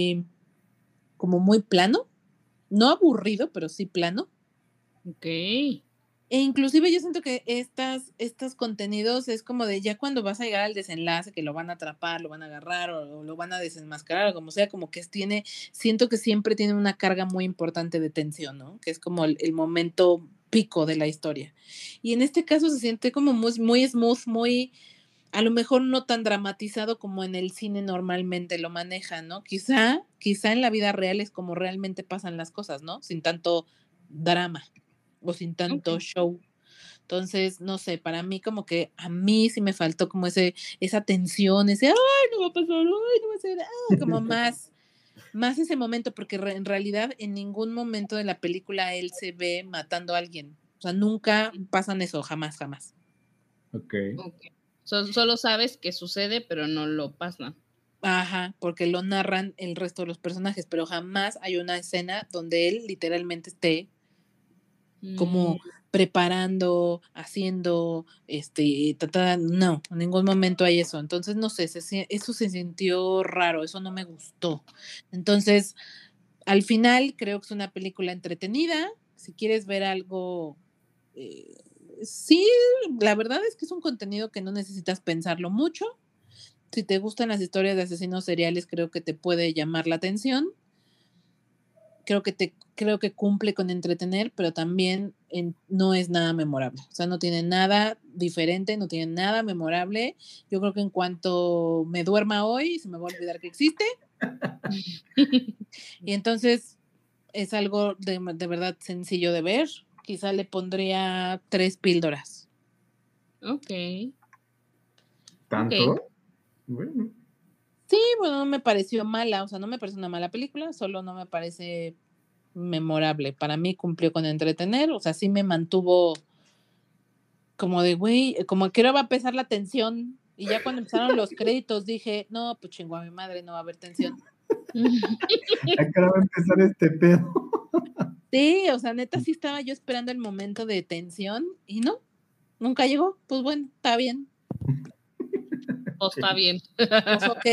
como muy plano, no aburrido, pero sí plano. Ok. E inclusive yo siento que estos contenidos es como de ya cuando vas a llegar al desenlace, que lo van a atrapar, lo van a agarrar o lo van a desenmascarar o como sea, como que siento que siempre tiene una carga muy importante de tensión, ¿no? Que es como el momento pico de la historia. Y en este caso se siente como muy smooth, muy, a lo mejor no tan dramatizado como en el cine normalmente lo manejan, ¿no? Quizá en la vida real es como realmente pasan las cosas, ¿no? Sin tanto drama o sin tanto show. Entonces, no sé, para mí como que a mí sí me faltó como esa tensión, ese, ay, no va a pasar, ay, no va a ser, como más ese momento, porque en realidad en ningún momento de la película él se ve matando a alguien. O sea, nunca pasan eso, jamás. Ok. Solo sabes que sucede, pero no lo pasan. Ajá, porque lo narran el resto de los personajes, pero jamás hay una escena donde él literalmente esté como preparando, haciendo, no, en ningún momento hay eso. Entonces, no sé, eso se sintió raro, eso no me gustó. Entonces, al final creo que es una película entretenida. Si quieres ver algo, sí, la verdad es que es un contenido que no necesitas pensarlo mucho. Si te gustan las historias de asesinos seriales, creo que te puede llamar la atención. Creo que cumple con entretener, pero también no es nada memorable. O sea, no tiene nada diferente, no tiene nada memorable. Yo creo que en cuanto me duerma hoy, se me va a olvidar que existe. Y entonces es algo de verdad sencillo de ver. Quizá le pondría 3 píldoras. Ok. ¿Tanto? Okay. Bueno. Sí, bueno, no me pareció mala, o sea, no me parece una mala película, solo no me parece memorable. Para mí cumplió con entretener, o sea, sí me mantuvo como de, güey, como que ahora va a pesar la tensión. Y ya cuando empezaron los créditos dije, no, pues chingo a mi madre, no va a haber tensión. Acá va a empezar este pedo. Sí, o sea, neta sí estaba yo esperando el momento de tensión y no, nunca llegó. Pues bueno, está bien. Pues está bien. Pues ok.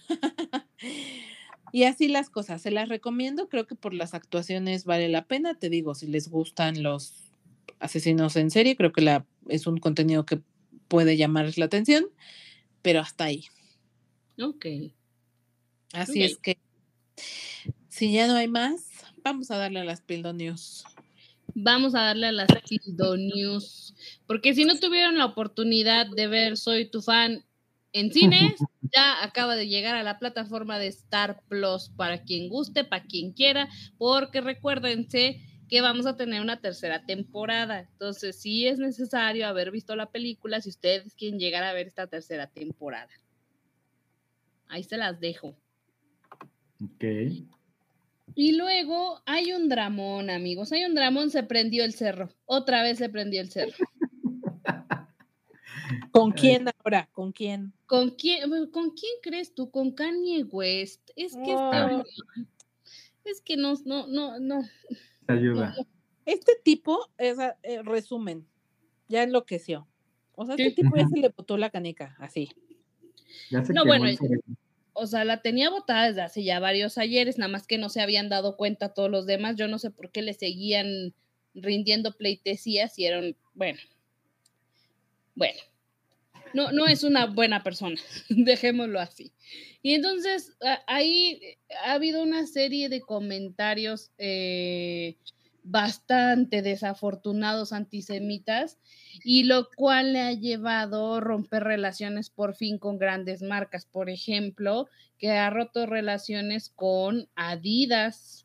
Y así las cosas, se las recomiendo, creo que por las actuaciones vale la pena, te digo, si les gustan los asesinos en serie, creo que es un contenido que puede llamarles la atención, pero hasta ahí. Ok. Así es que Si ya no hay más, vamos a darle a las Pildonius. Vamos a darle a las Pildonius, porque si no tuvieron la oportunidad de ver Soy tu fan en cines, ya acaba de llegar a la plataforma de Star Plus para quien guste, para quien quiera, porque recuérdense que vamos a tener una tercera temporada. Entonces sí es necesario haber visto la película si ustedes quieren llegar a ver esta tercera temporada. Ahí se las dejo. Ok. Y luego hay un dramón, amigos. Hay un dramón, se prendió el cerro. Otra vez se prendió el cerro. ¿Con quién ahora? ¿Con quién? ¿Con quién crees tú? Con Kanye West. Es que es que no. Te ayuda. Este tipo, resumen, ya enloqueció. O sea, este tipo ya se le botó la canica, así. Ya se No, quemó bueno, el cerebro. o sea, la tenía botada desde hace ya varios ayeres, nada más que no se habían dado cuenta todos los demás. Yo no sé por qué le seguían rindiendo pleitesías y eran, bueno. No es una buena persona, dejémoslo así. Y entonces ahí ha habido una serie de comentarios bastante desafortunados antisemitas, y lo cual le ha llevado a romper relaciones por fin con grandes marcas. Por ejemplo, que ha roto relaciones con Adidas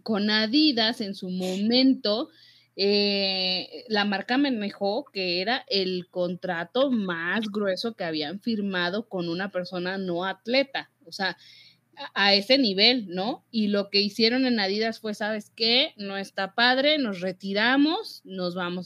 en su momento. La marca manejó que era el contrato más grueso que habían firmado con una persona no atleta, o sea, a ese nivel, ¿no? Y lo que hicieron en Adidas fue, ¿sabes qué? No está padre, nos retiramos, nos vamos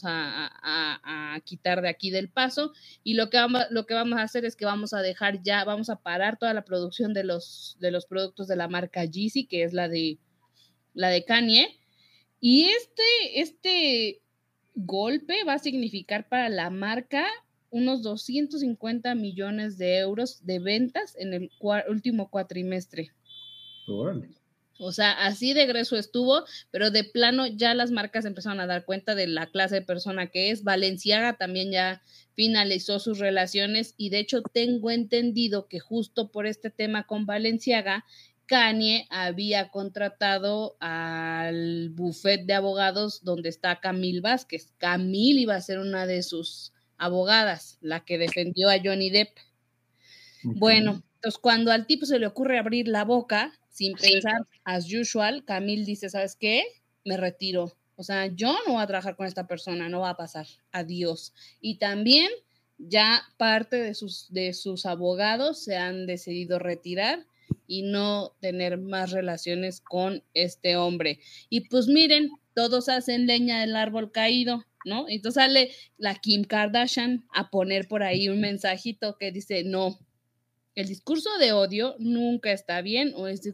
a quitar de aquí del paso, y lo que vamos a hacer es que vamos a parar toda la producción de los productos de la marca Yeezy, que es la de Kanye. Y este golpe va a significar para la marca unos 250 millones de euros de ventas en el último cuatrimestre. Órale. O sea, así de grueso estuvo, pero de plano ya las marcas empezaron a dar cuenta de la clase de persona que es. Balenciaga también ya finalizó sus relaciones, y de hecho tengo entendido que justo por este tema con Balenciaga, Kanye había contratado al bufete de abogados donde está Camille Vázquez. Camille iba a ser una de sus abogadas, la que defendió a Johnny Depp. Okay. Bueno, entonces cuando al tipo se le ocurre abrir la boca, sin pensar, as usual, Camille dice, ¿sabes qué? Me retiro. O sea, yo no voy a trabajar con esta persona, no va a pasar. Adiós. Y también ya parte de sus abogados se han decidido retirar y no tener más relaciones con este hombre. Y pues miren, todos hacen leña del árbol caído, ¿no? Entonces sale la Kim Kardashian a poner por ahí un mensajito que dice, no, el discurso de odio nunca está bien o es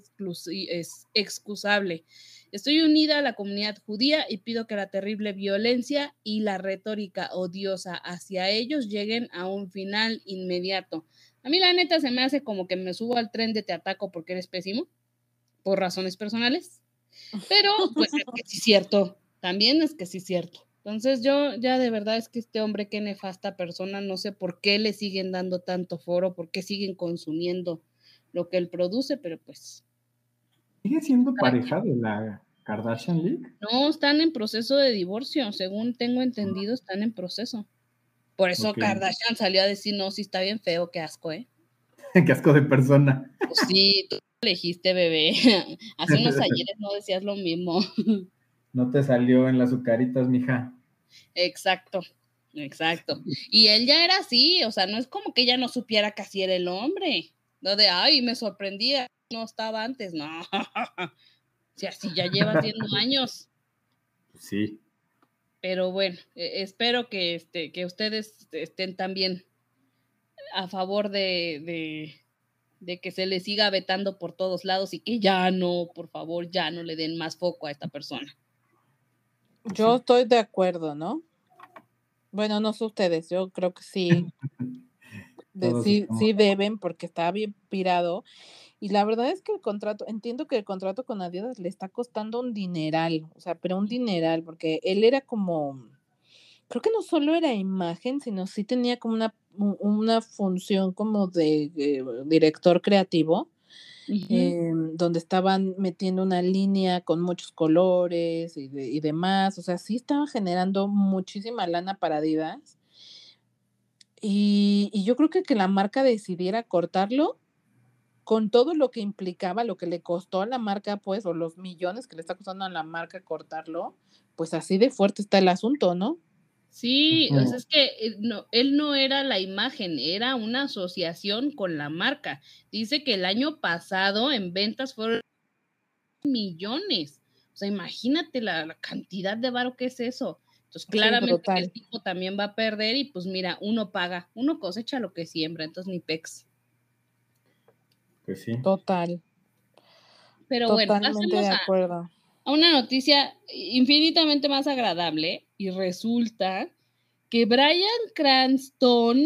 excusable. Estoy unida a la comunidad judía y pido que la terrible violencia y la retórica odiosa hacia ellos lleguen a un final inmediato. A mí la neta se me hace como que me subo al tren de te ataco porque eres pésimo, por razones personales, pero pues es que sí es cierto, también es que sí es cierto. Entonces yo ya de verdad es que este hombre, qué nefasta persona, no sé por qué le siguen dando tanto foro, por qué siguen consumiendo lo que él produce, pero pues... ¿Sigue siendo pareja de la Kardashian League? No, están en proceso de divorcio, según tengo entendido, están en proceso. Por eso okay. Kardashian salió a decir, no, sí está bien feo, qué asco, ¿eh? Qué asco de persona. Pues sí, tú elegiste, bebé. Hace unos ayeres no decías lo mismo. No te salió en las azucaritas, mija. Exacto. Y él ya era así, o sea, no es como que ella no supiera que así era el hombre. No de, ay, me sorprendía, no estaba antes, no. Si así ya lleva 100 años. Sí. Pero bueno, espero que ustedes estén también a favor de que se le siga vetando por todos lados y que ya no, por favor, ya no le den más foco a esta persona. Yo estoy de acuerdo, ¿no? Bueno, no sé ustedes, yo creo que sí. Sí deben, porque está bien pirado. Y la verdad es que entiendo que el contrato con Adidas le está costando un dineral, o sea, pero un dineral, porque él era como, creo que no solo era imagen, sino sí tenía como una función como de director creativo. donde estaban metiendo una línea con muchos colores y demás, o sea, sí estaba generando muchísima lana para Adidas. Y yo creo que la marca decidiera cortarlo con todo lo que implicaba, lo que le costó a la marca, pues, o los millones que le está costando a la marca cortarlo, pues así de fuerte está el asunto, ¿no? Sí, o sea, es que él no era la imagen, era una asociación con la marca. Dice que el año pasado en ventas fueron millones. O sea, imagínate la cantidad de varo que es eso. Entonces, claramente que el tipo también va a perder y pues mira, uno paga, uno cosecha lo que siembra, entonces ni pex. Pues sí. Total. Pero Totalmente bueno, pasemos de acuerdo. a una noticia infinitamente más agradable y resulta que Bryan Cranston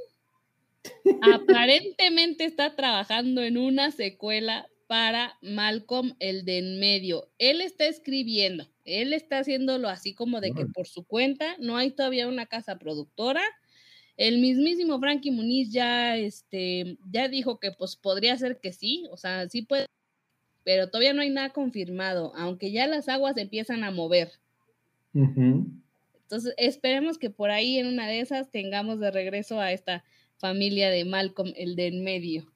aparentemente está trabajando en una secuela para Malcolm el de en medio. Él está escribiendo, él está haciéndolo así como de que por su cuenta, no hay todavía una casa productora. El mismísimo Frankie Muniz ya dijo que pues podría ser que sí, o sea, sí puede, pero todavía no hay nada confirmado, aunque ya las aguas empiezan a mover. Entonces, esperemos que por ahí en una de esas tengamos de regreso a esta familia de Malcolm, el de en medio.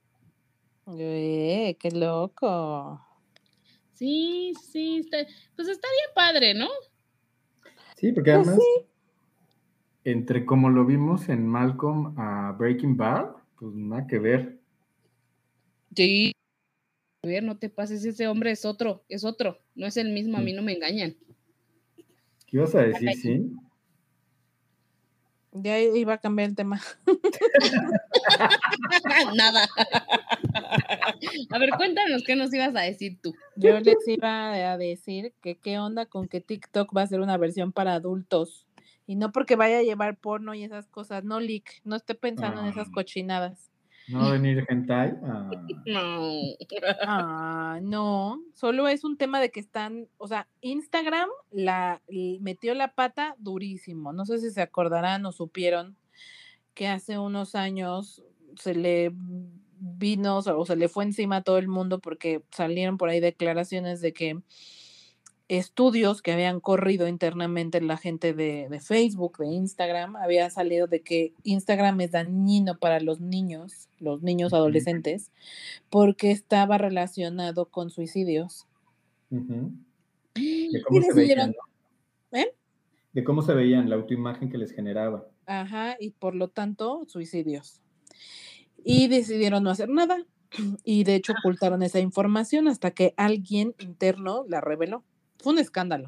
¡Qué loco! Sí, pues está bien padre, ¿no? Sí, porque además, entre como lo vimos en Malcolm a Breaking Bad, pues nada que ver. Sí. A ver, no te pases, ese hombre es otro, no es el mismo, a mí no me engañan. ¿Qué ibas a decir, sí? Ya iba a cambiar el tema. Nada. A ver, cuéntanos qué nos ibas a decir tú. Yo les iba a decir que qué onda con que TikTok va a ser una versión para adultos. Y no porque vaya a llevar porno y esas cosas, no leak, no esté pensando en esas cochinadas. ¿No va a venir hentai? No, solo es un tema de que están, o sea, Instagram metió la pata durísimo. No sé si se acordarán o supieron que hace unos años se le vino o se le fue encima a todo el mundo porque salieron por ahí declaraciones de que estudios que habían corrido internamente la gente de Facebook, de Instagram, había salido de que Instagram es dañino para los niños adolescentes, porque estaba relacionado con suicidios. De cómo se veían, ¿no? De cómo se veían, la autoimagen que les generaba. Ajá, y por lo tanto, suicidios. Y decidieron no hacer nada, y de hecho ocultaron esa información hasta que alguien interno la reveló. Fue un escándalo.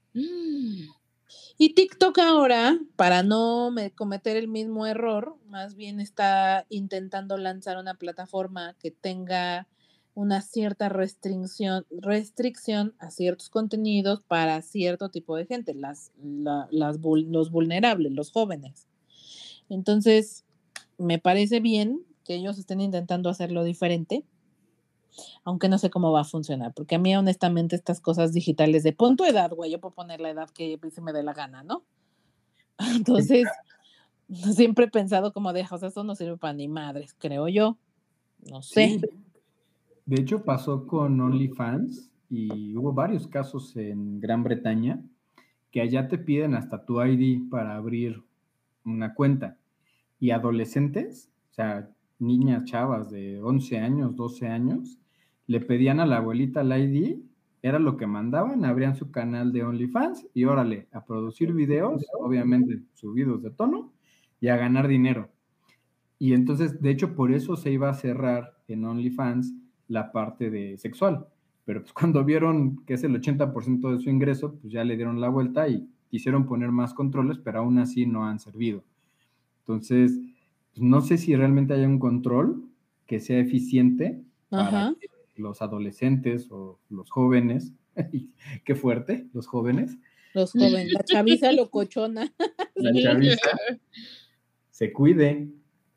Y TikTok ahora, para no cometer el mismo error, más bien está intentando lanzar una plataforma que tenga una cierta restricción a ciertos contenidos para cierto tipo de gente, los vulnerables, los jóvenes. Entonces, me parece bien que ellos estén intentando hacerlo diferente, aunque no sé cómo va a funcionar, porque a mí honestamente estas cosas digitales de pon tu edad, güey, yo puedo poner la edad que se me dé la gana, ¿no? Entonces, siempre he pensado como o sea, eso no sirve para ni madres, creo yo, no sé. Sí. De hecho, pasó con OnlyFans y hubo varios casos en Gran Bretaña que allá te piden hasta tu ID para abrir una cuenta. Y adolescentes, o sea, niñas, chavas de 11 años, 12 años, le pedían a la abuelita el ID, era lo que mandaban, abrían su canal de OnlyFans y órale, a producir videos, obviamente subidos de tono, y a ganar dinero. Y entonces, de hecho, por eso se iba a cerrar en OnlyFans la parte de sexual. Pero pues cuando vieron que es el 80% de su ingreso, pues ya le dieron la vuelta y quisieron poner más controles, pero aún así no han servido. Entonces, pues no sé si realmente haya un control que sea eficiente para que los adolescentes o los jóvenes, qué fuerte, los jóvenes. Los jóvenes, la chaviza locochona. La chaviza se cuide.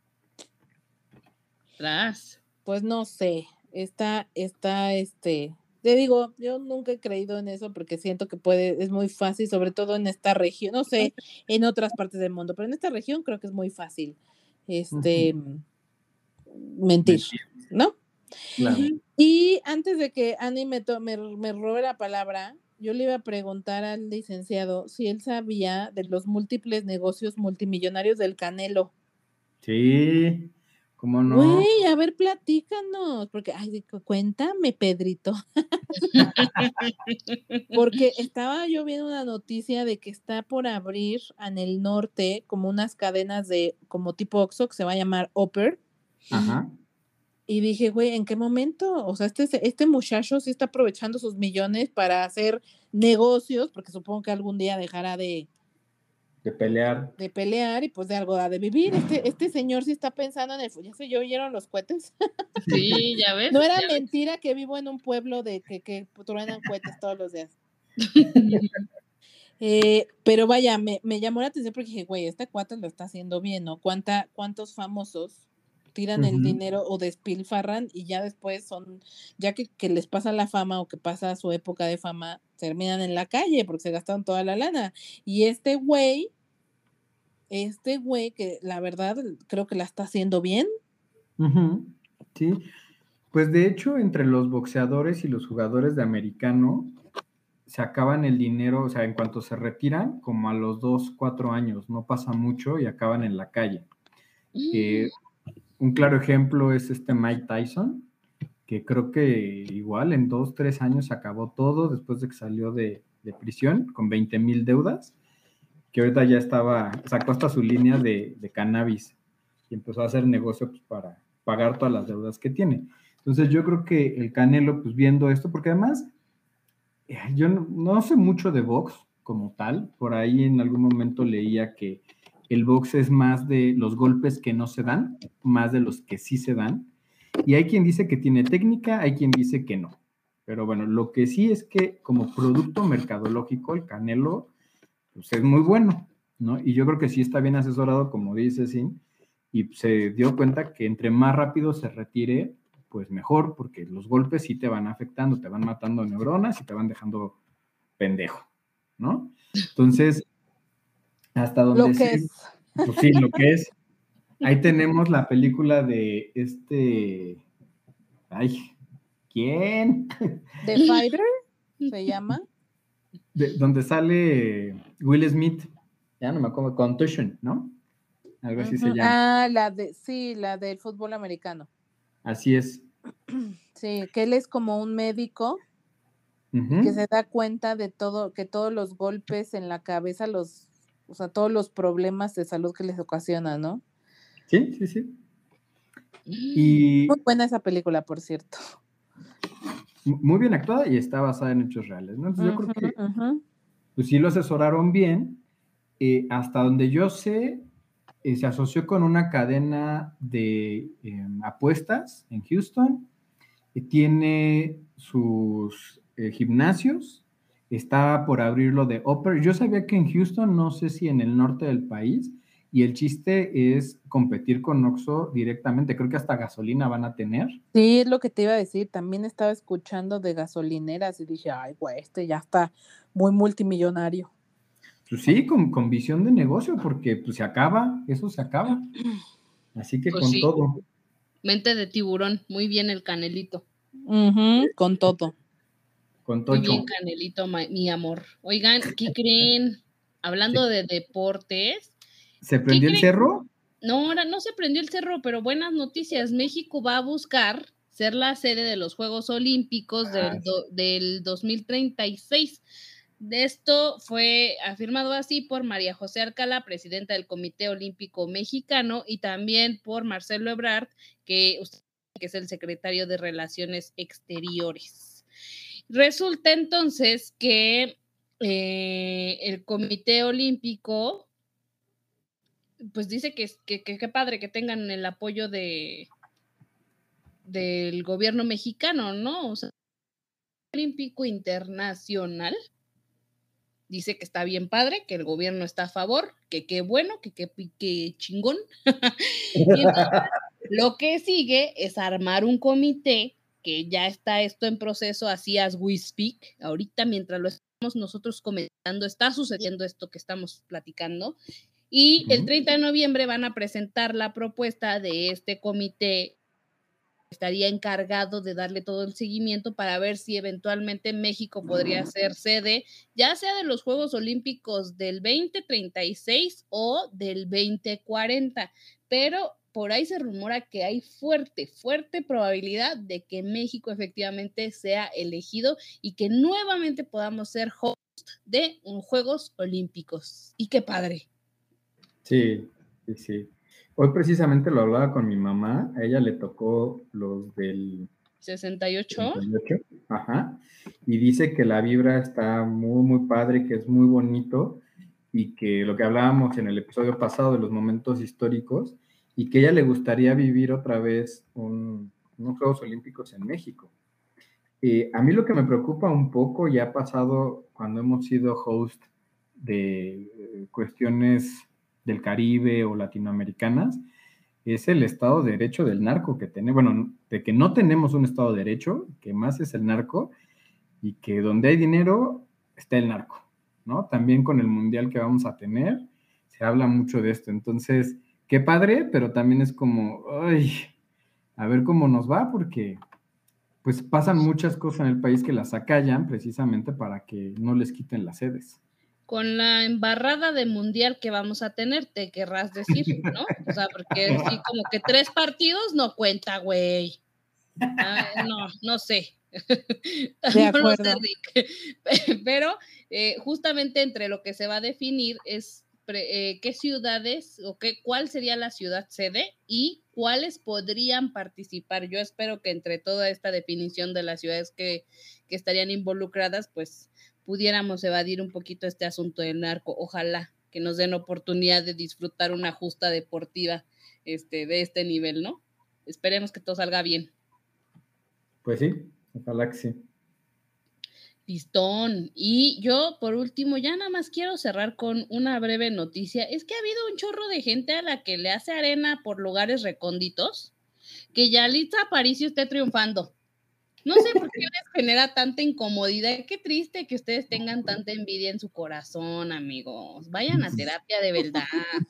Pues no sé, te digo, yo nunca he creído en eso porque siento que es muy fácil, sobre todo en esta región, no sé, en otras partes del mundo, pero en esta región creo que es muy fácil, mentir, ¿no? Claro. Y antes de que Annie me robe la palabra, yo le iba a preguntar al licenciado si él sabía de los múltiples negocios multimillonarios del Canelo. Sí, ¿cómo no? Güey, a ver, platícanos, porque, ay, cuéntame, Pedrito. Porque estaba yo viendo una noticia de que está por abrir en el norte como unas cadenas de, como tipo Oxxo, que se va a llamar Upper. Ajá. Y dije, güey, ¿en qué momento? O sea, este muchacho sí está aprovechando sus millones para hacer negocios, porque supongo que algún día dejará de pelear. De pelear y pues de algo de vivir. Este señor sí está pensando en el... ¿Ya se oyeron los cohetes? Sí, ya ves. No era mentira que vivo en un pueblo de que truenan cohetes todos los días. Pero vaya, me llamó la atención porque dije, güey, este cuate lo está haciendo bien, ¿no? ¿Cuántos famosos tiran el dinero o despilfarran y ya después son, ya que les pasa la fama o que pasa su época de fama, terminan en la calle porque se gastaron toda la lana? Y este güey que la verdad creo que la está haciendo bien. Sí, pues de hecho entre los boxeadores y los jugadores de americano se acaban el dinero, o sea, en cuanto se retiran, como a los 2, 4 años, no pasa mucho y acaban en la calle. Un claro ejemplo es Mike Tyson, que creo que igual en 2, 3 años acabó todo después de que salió de prisión con 20,000 deudas, que ahorita ya sacó hasta su línea de cannabis y empezó a hacer negocio pues, para pagar todas las deudas que tiene. Entonces yo creo que el Canelo, pues viendo esto, porque además yo no sé mucho de box como tal, por ahí en algún momento leía que el box es más de los golpes que no se dan, más de los que sí se dan, y hay quien dice que tiene técnica, hay quien dice que no, pero bueno, lo que sí es que como producto mercadológico el Canelo pues es muy bueno, ¿no? Y yo creo que sí está bien asesorado, como dice Sin, y se dio cuenta que entre más rápido se retire, pues mejor, porque los golpes sí te van afectando, te van matando neuronas y te van dejando pendejo, ¿no? Entonces, hasta donde Lo que es. Pues sí, lo que es. Ahí tenemos la película de ay, ¿quién? The Fighter se llama. Donde sale Will Smith, ya no me acuerdo, Contusion, ¿no? Algo así se llama. Ah, la del fútbol americano. Así es. Sí, que él es como un médico que se da cuenta de todo, que todos los golpes en la cabeza, o sea, todos los problemas de salud que les ocasiona, ¿no? Sí, sí, sí. Y muy buena esa película, por cierto. Muy bien actuada y está basada en hechos reales, ¿no? Entonces yo creo que pues sí lo asesoraron bien. Hasta donde yo sé, se asoció con una cadena de apuestas en Houston, tiene sus gimnasios, está por abrirlo de Upper. Yo sabía que en Houston, no sé si en el norte del país, y el chiste es competir con Oxxo directamente. Creo que hasta gasolina van a tener. Sí, es lo que te iba a decir. También estaba escuchando de gasolineras y dije, ay, güey, ya está muy multimillonario. Pues sí, con visión de negocio, porque pues se acaba, eso se acaba. Así que pues con sí, todo. Mente de tiburón, muy bien el Canelito. Con todo. Con tocho. Muy bien, Canelito, mi amor. Oigan, ¿qué creen? Hablando de deportes. ¿Se prendió el cerro? No, ahora no se prendió el cerro, pero buenas noticias. México va a buscar ser la sede de los Juegos Olímpicos del 2036. Esto fue afirmado así por María José Alcalá, presidenta del Comité Olímpico Mexicano, y también por Marcelo Ebrard, que es el secretario de Relaciones Exteriores. Resulta entonces que el Comité Olímpico pues dice que padre que tengan el apoyo del gobierno mexicano, ¿no? O sea, el Olímpico Internacional dice que está bien padre, que el gobierno está a favor, que qué bueno, que chingón. Y entonces, lo que sigue es armar un comité, que ya está esto en proceso, así as we speak. Ahorita, mientras lo estamos nosotros comentando, está sucediendo esto que estamos platicando. Y el 30 de noviembre van a presentar la propuesta de este comité estaría encargado de darle todo el seguimiento para ver si eventualmente México podría ser sede, ya sea de los Juegos Olímpicos del 2036 o del 2040, pero por ahí se rumora que hay fuerte probabilidad de que México efectivamente sea elegido y que nuevamente podamos ser host de Juegos Olímpicos. Y qué padre. Sí. Hoy precisamente lo hablaba con mi mamá, a ella le tocó los del 68. Ajá, y dice que la vibra está muy padre, que es muy bonito, y que lo que hablábamos en el episodio pasado de los momentos históricos, y que a ella le gustaría vivir otra vez unos Juegos Olímpicos en México. A mí lo que me preocupa un poco, ya ha pasado cuando hemos sido host de cuestiones del Caribe o latinoamericanas, es el Estado de Derecho del narco que tenemos, bueno, de que no tenemos un Estado de Derecho, que más es el narco, y que donde hay dinero está el narco, ¿no? También con el mundial que vamos a tener, se habla mucho de esto. Entonces, qué padre, pero también es como, ay, a ver cómo nos va, porque pues pasan muchas cosas en el país que las acallan precisamente para que no les quiten las sedes. Con la embarrada de mundial que vamos a tener, te querrás decir, ¿no? O sea, porque así como que 3 partidos no cuenta, güey. No sé. De acuerdo. No lo sé, Rick. Pero justamente entre lo que se va a definir es qué ciudades o cuál sería la ciudad sede y cuáles podrían participar. Yo espero que entre toda esta definición de las ciudades que estarían involucradas, pues pudiéramos evadir un poquito este asunto del narco. Ojalá que nos den oportunidad de disfrutar una justa deportiva de este nivel, ¿no? Esperemos que todo salga bien. Pues sí, ojalá que sí. Listón. Y yo, por último, ya nada más quiero cerrar con una breve noticia. Es que ha habido un chorro de gente a la que le hace arena por lugares recónditos que Yalitza Aparicio esté triunfando. No sé por qué les genera tanta incomodidad. Qué triste que ustedes tengan tanta envidia en su corazón, amigos. Vayan a terapia de verdad.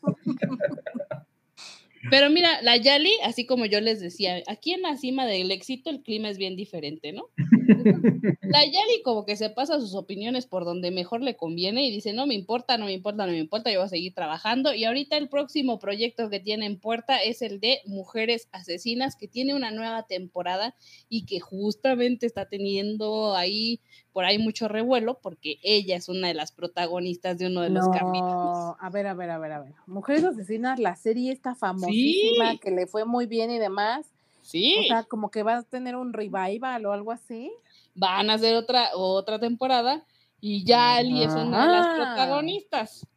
Pero mira, la Yali, así como yo les decía, aquí en la cima del éxito el clima es bien diferente, ¿no? La Yali como que se pasa sus opiniones por donde mejor le conviene y dice, no me importa, yo voy a seguir trabajando. Y ahorita el próximo proyecto que tiene en puerta es el de Mujeres Asesinas, que tiene una nueva temporada y que justamente está teniendo por ahí mucho revuelo porque ella es una de las protagonistas de uno de los capítulos. A ver. Mujeres Asesinas, la serie está famosísima, sí, que le fue muy bien y demás. Sí. O sea, como que va a tener un revival o algo así. Van a hacer otra temporada y Yali es una de las protagonistas.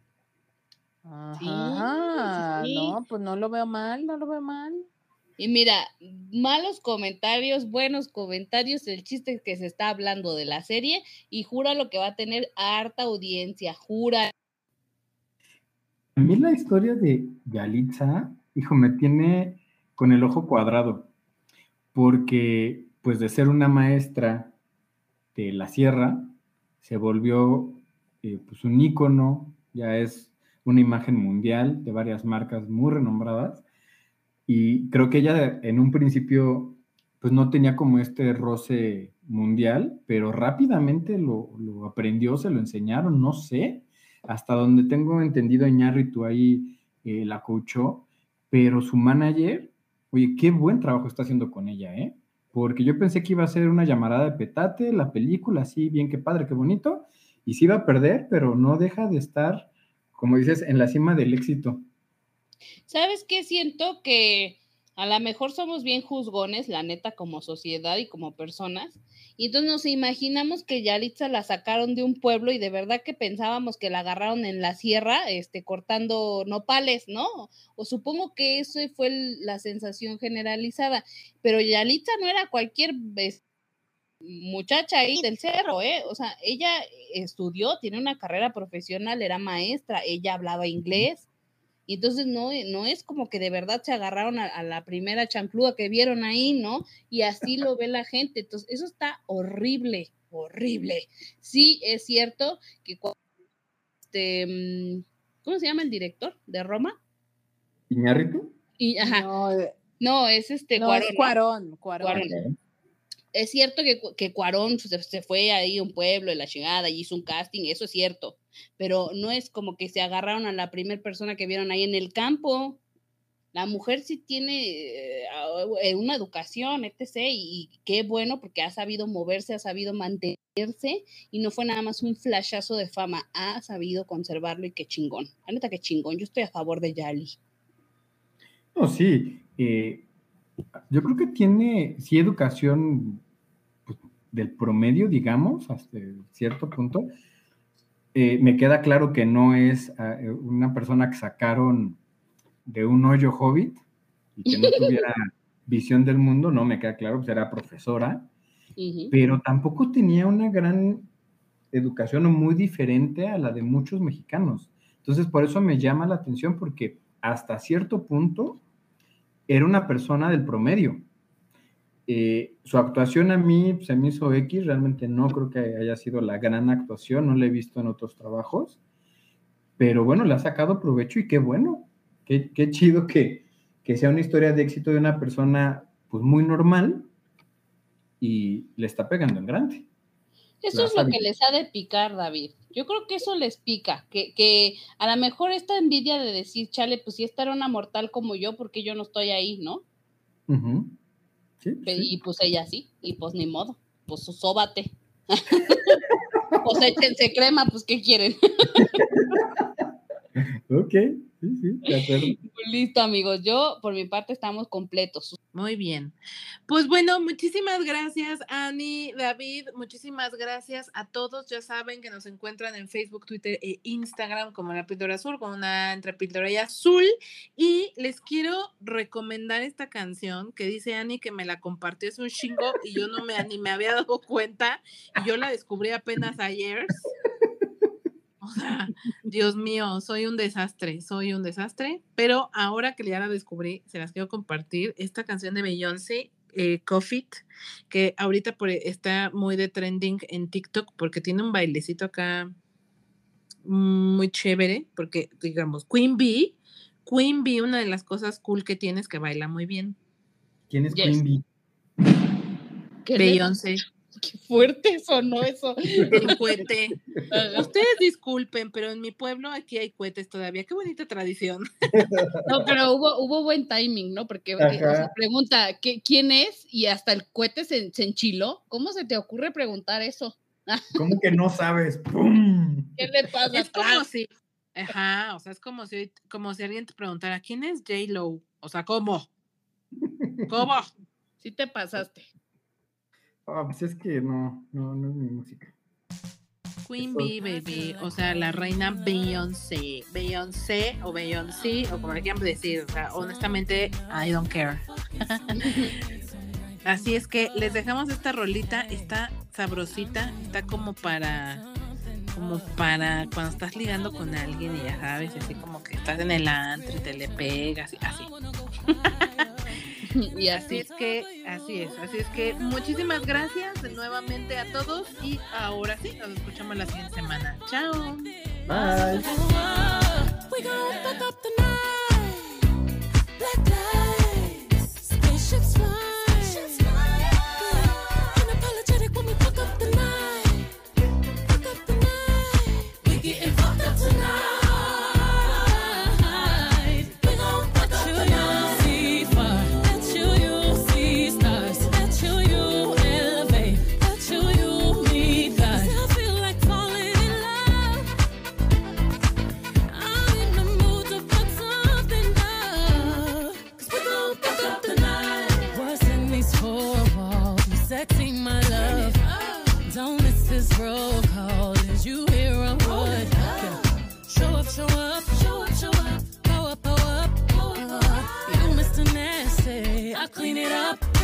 Ajá. Sí. No, pues no lo veo mal. Y mira, malos comentarios, buenos comentarios, el chiste es que se está hablando de la serie y jura lo que va a tener harta audiencia, jura. A mí la historia de Yalitza, hijo, me tiene con el ojo cuadrado, porque pues de ser una maestra de la sierra, se volvió pues un ícono, ya es una imagen mundial de varias marcas muy renombradas, y creo que ella en un principio pues no tenía como este roce mundial, pero rápidamente lo aprendió, se lo enseñaron, no sé, hasta donde tengo entendido, Iñárritu ahí la coachó, pero su manager, oye, qué buen trabajo está haciendo con ella, porque yo pensé que iba a ser una llamarada de petate, la película, así, bien, qué padre, qué bonito, y sí iba a perder, pero no deja de estar, como dices, en la cima del éxito. ¿Sabes qué? Siento que a lo mejor somos bien juzgones, la neta, como sociedad y como personas, y entonces nos imaginamos que Yalitza la sacaron de un pueblo y de verdad que pensábamos que la agarraron en la sierra, cortando nopales, ¿no? O supongo que eso fue la sensación generalizada, pero Yalitza no era cualquier muchacha ahí del cerro, o sea, ella estudió, tiene una carrera profesional, era maestra, ella hablaba inglés. Y entonces no es como que de verdad se agarraron a la primera chancluda que vieron ahí, ¿no? Y así lo ve la gente. Entonces, eso está horrible. Sí, es cierto que ¿cómo se llama el director de Roma? ¿Iñárritu? Ajá. No, No, es No, Cuarón. es Cuarón. Cuarón. Es cierto que Cuarón se fue ahí a un pueblo de la chingada y hizo un casting, eso es cierto, pero no es como que se agarraron a la primera persona que vieron ahí en el campo. La mujer sí tiene una educación, etc., y qué bueno porque ha sabido moverse, ha sabido mantenerse, y no fue nada más un flashazo de fama, ha sabido conservarlo, y qué chingón. La neta, qué chingón, yo estoy a favor de Yali. No, sí, yo creo que tiene, sí, educación pues, del promedio, digamos, hasta cierto punto. Me queda claro que no es una persona que sacaron de un hoyo hobbit y que no tuviera visión del mundo, no, me queda claro, pues era profesora, pero tampoco tenía una gran educación o muy diferente a la de muchos mexicanos. Entonces, por eso me llama la atención, porque hasta cierto punto era una persona del promedio. Su actuación a mí se me hizo X, realmente no creo que haya sido la gran actuación, no la he visto en otros trabajos, pero bueno, le ha sacado provecho y qué bueno, qué chido que sea una historia de éxito de una persona pues muy normal y le está pegando en grande. Eso es lo que les ha de picar, David. Yo creo que eso les pica, que a lo mejor esta envidia de decir, chale, pues si esta era una mortal como yo, porque yo no estoy ahí, ¿no? Sí, y pues ella sí, y pues ni modo, pues sóbate. Pues échense crema, pues ¿qué quieren? Ok, sí, de acuerdo. Listo, amigos, yo por mi parte estamos completos. Muy bien. Pues bueno, muchísimas gracias, Ani, David, muchísimas gracias a todos. Ya saben que nos encuentran en Facebook, Twitter e Instagram como La Píldora Azul, con una entre píldora y azul. Y les quiero recomendar esta canción que dice Ani que me la compartió hace un chingo y yo ni me había dado cuenta y yo la descubrí apenas ayer. O sea, Dios mío, soy un desastre, pero ahora que ya la descubrí, se las quiero compartir, esta canción de Beyoncé, Cough It, que ahorita está muy de trending en TikTok porque tiene un bailecito acá muy chévere, porque digamos, Queen Bee, una de las cosas cool que tiene es que baila muy bien. ¿Quién es Queen Bee? Beyoncé. Qué fuerte sonó eso. El cohete. Ustedes disculpen, pero en mi pueblo aquí hay cohetes todavía. Qué bonita tradición. No, pero hubo buen timing, ¿no? Porque se pregunta quién es y hasta el cohete se enchiló. ¿Cómo se te ocurre preguntar eso? ¿Cómo que no sabes? ¡Pum! ¿Qué le pasa? Es como si, o sea, es como si alguien te preguntara, ¿quién es J-Lo? O sea, ¿cómo? Sí te pasaste. Pues es que no es mi música. Queen Bee, baby, o sea, la reina Beyoncé o Beyoncé, o como le quieran decir, o sea, honestamente, I don't care. Así es que les dejamos esta rolita, está sabrosita, está como para cuando estás ligando con alguien y ya sabes, así como que estás en el antro y te le pegas, así. Y así es que muchísimas gracias nuevamente a todos y ahora sí, nos escuchamos la siguiente semana. Chao. Bye. Clean it up.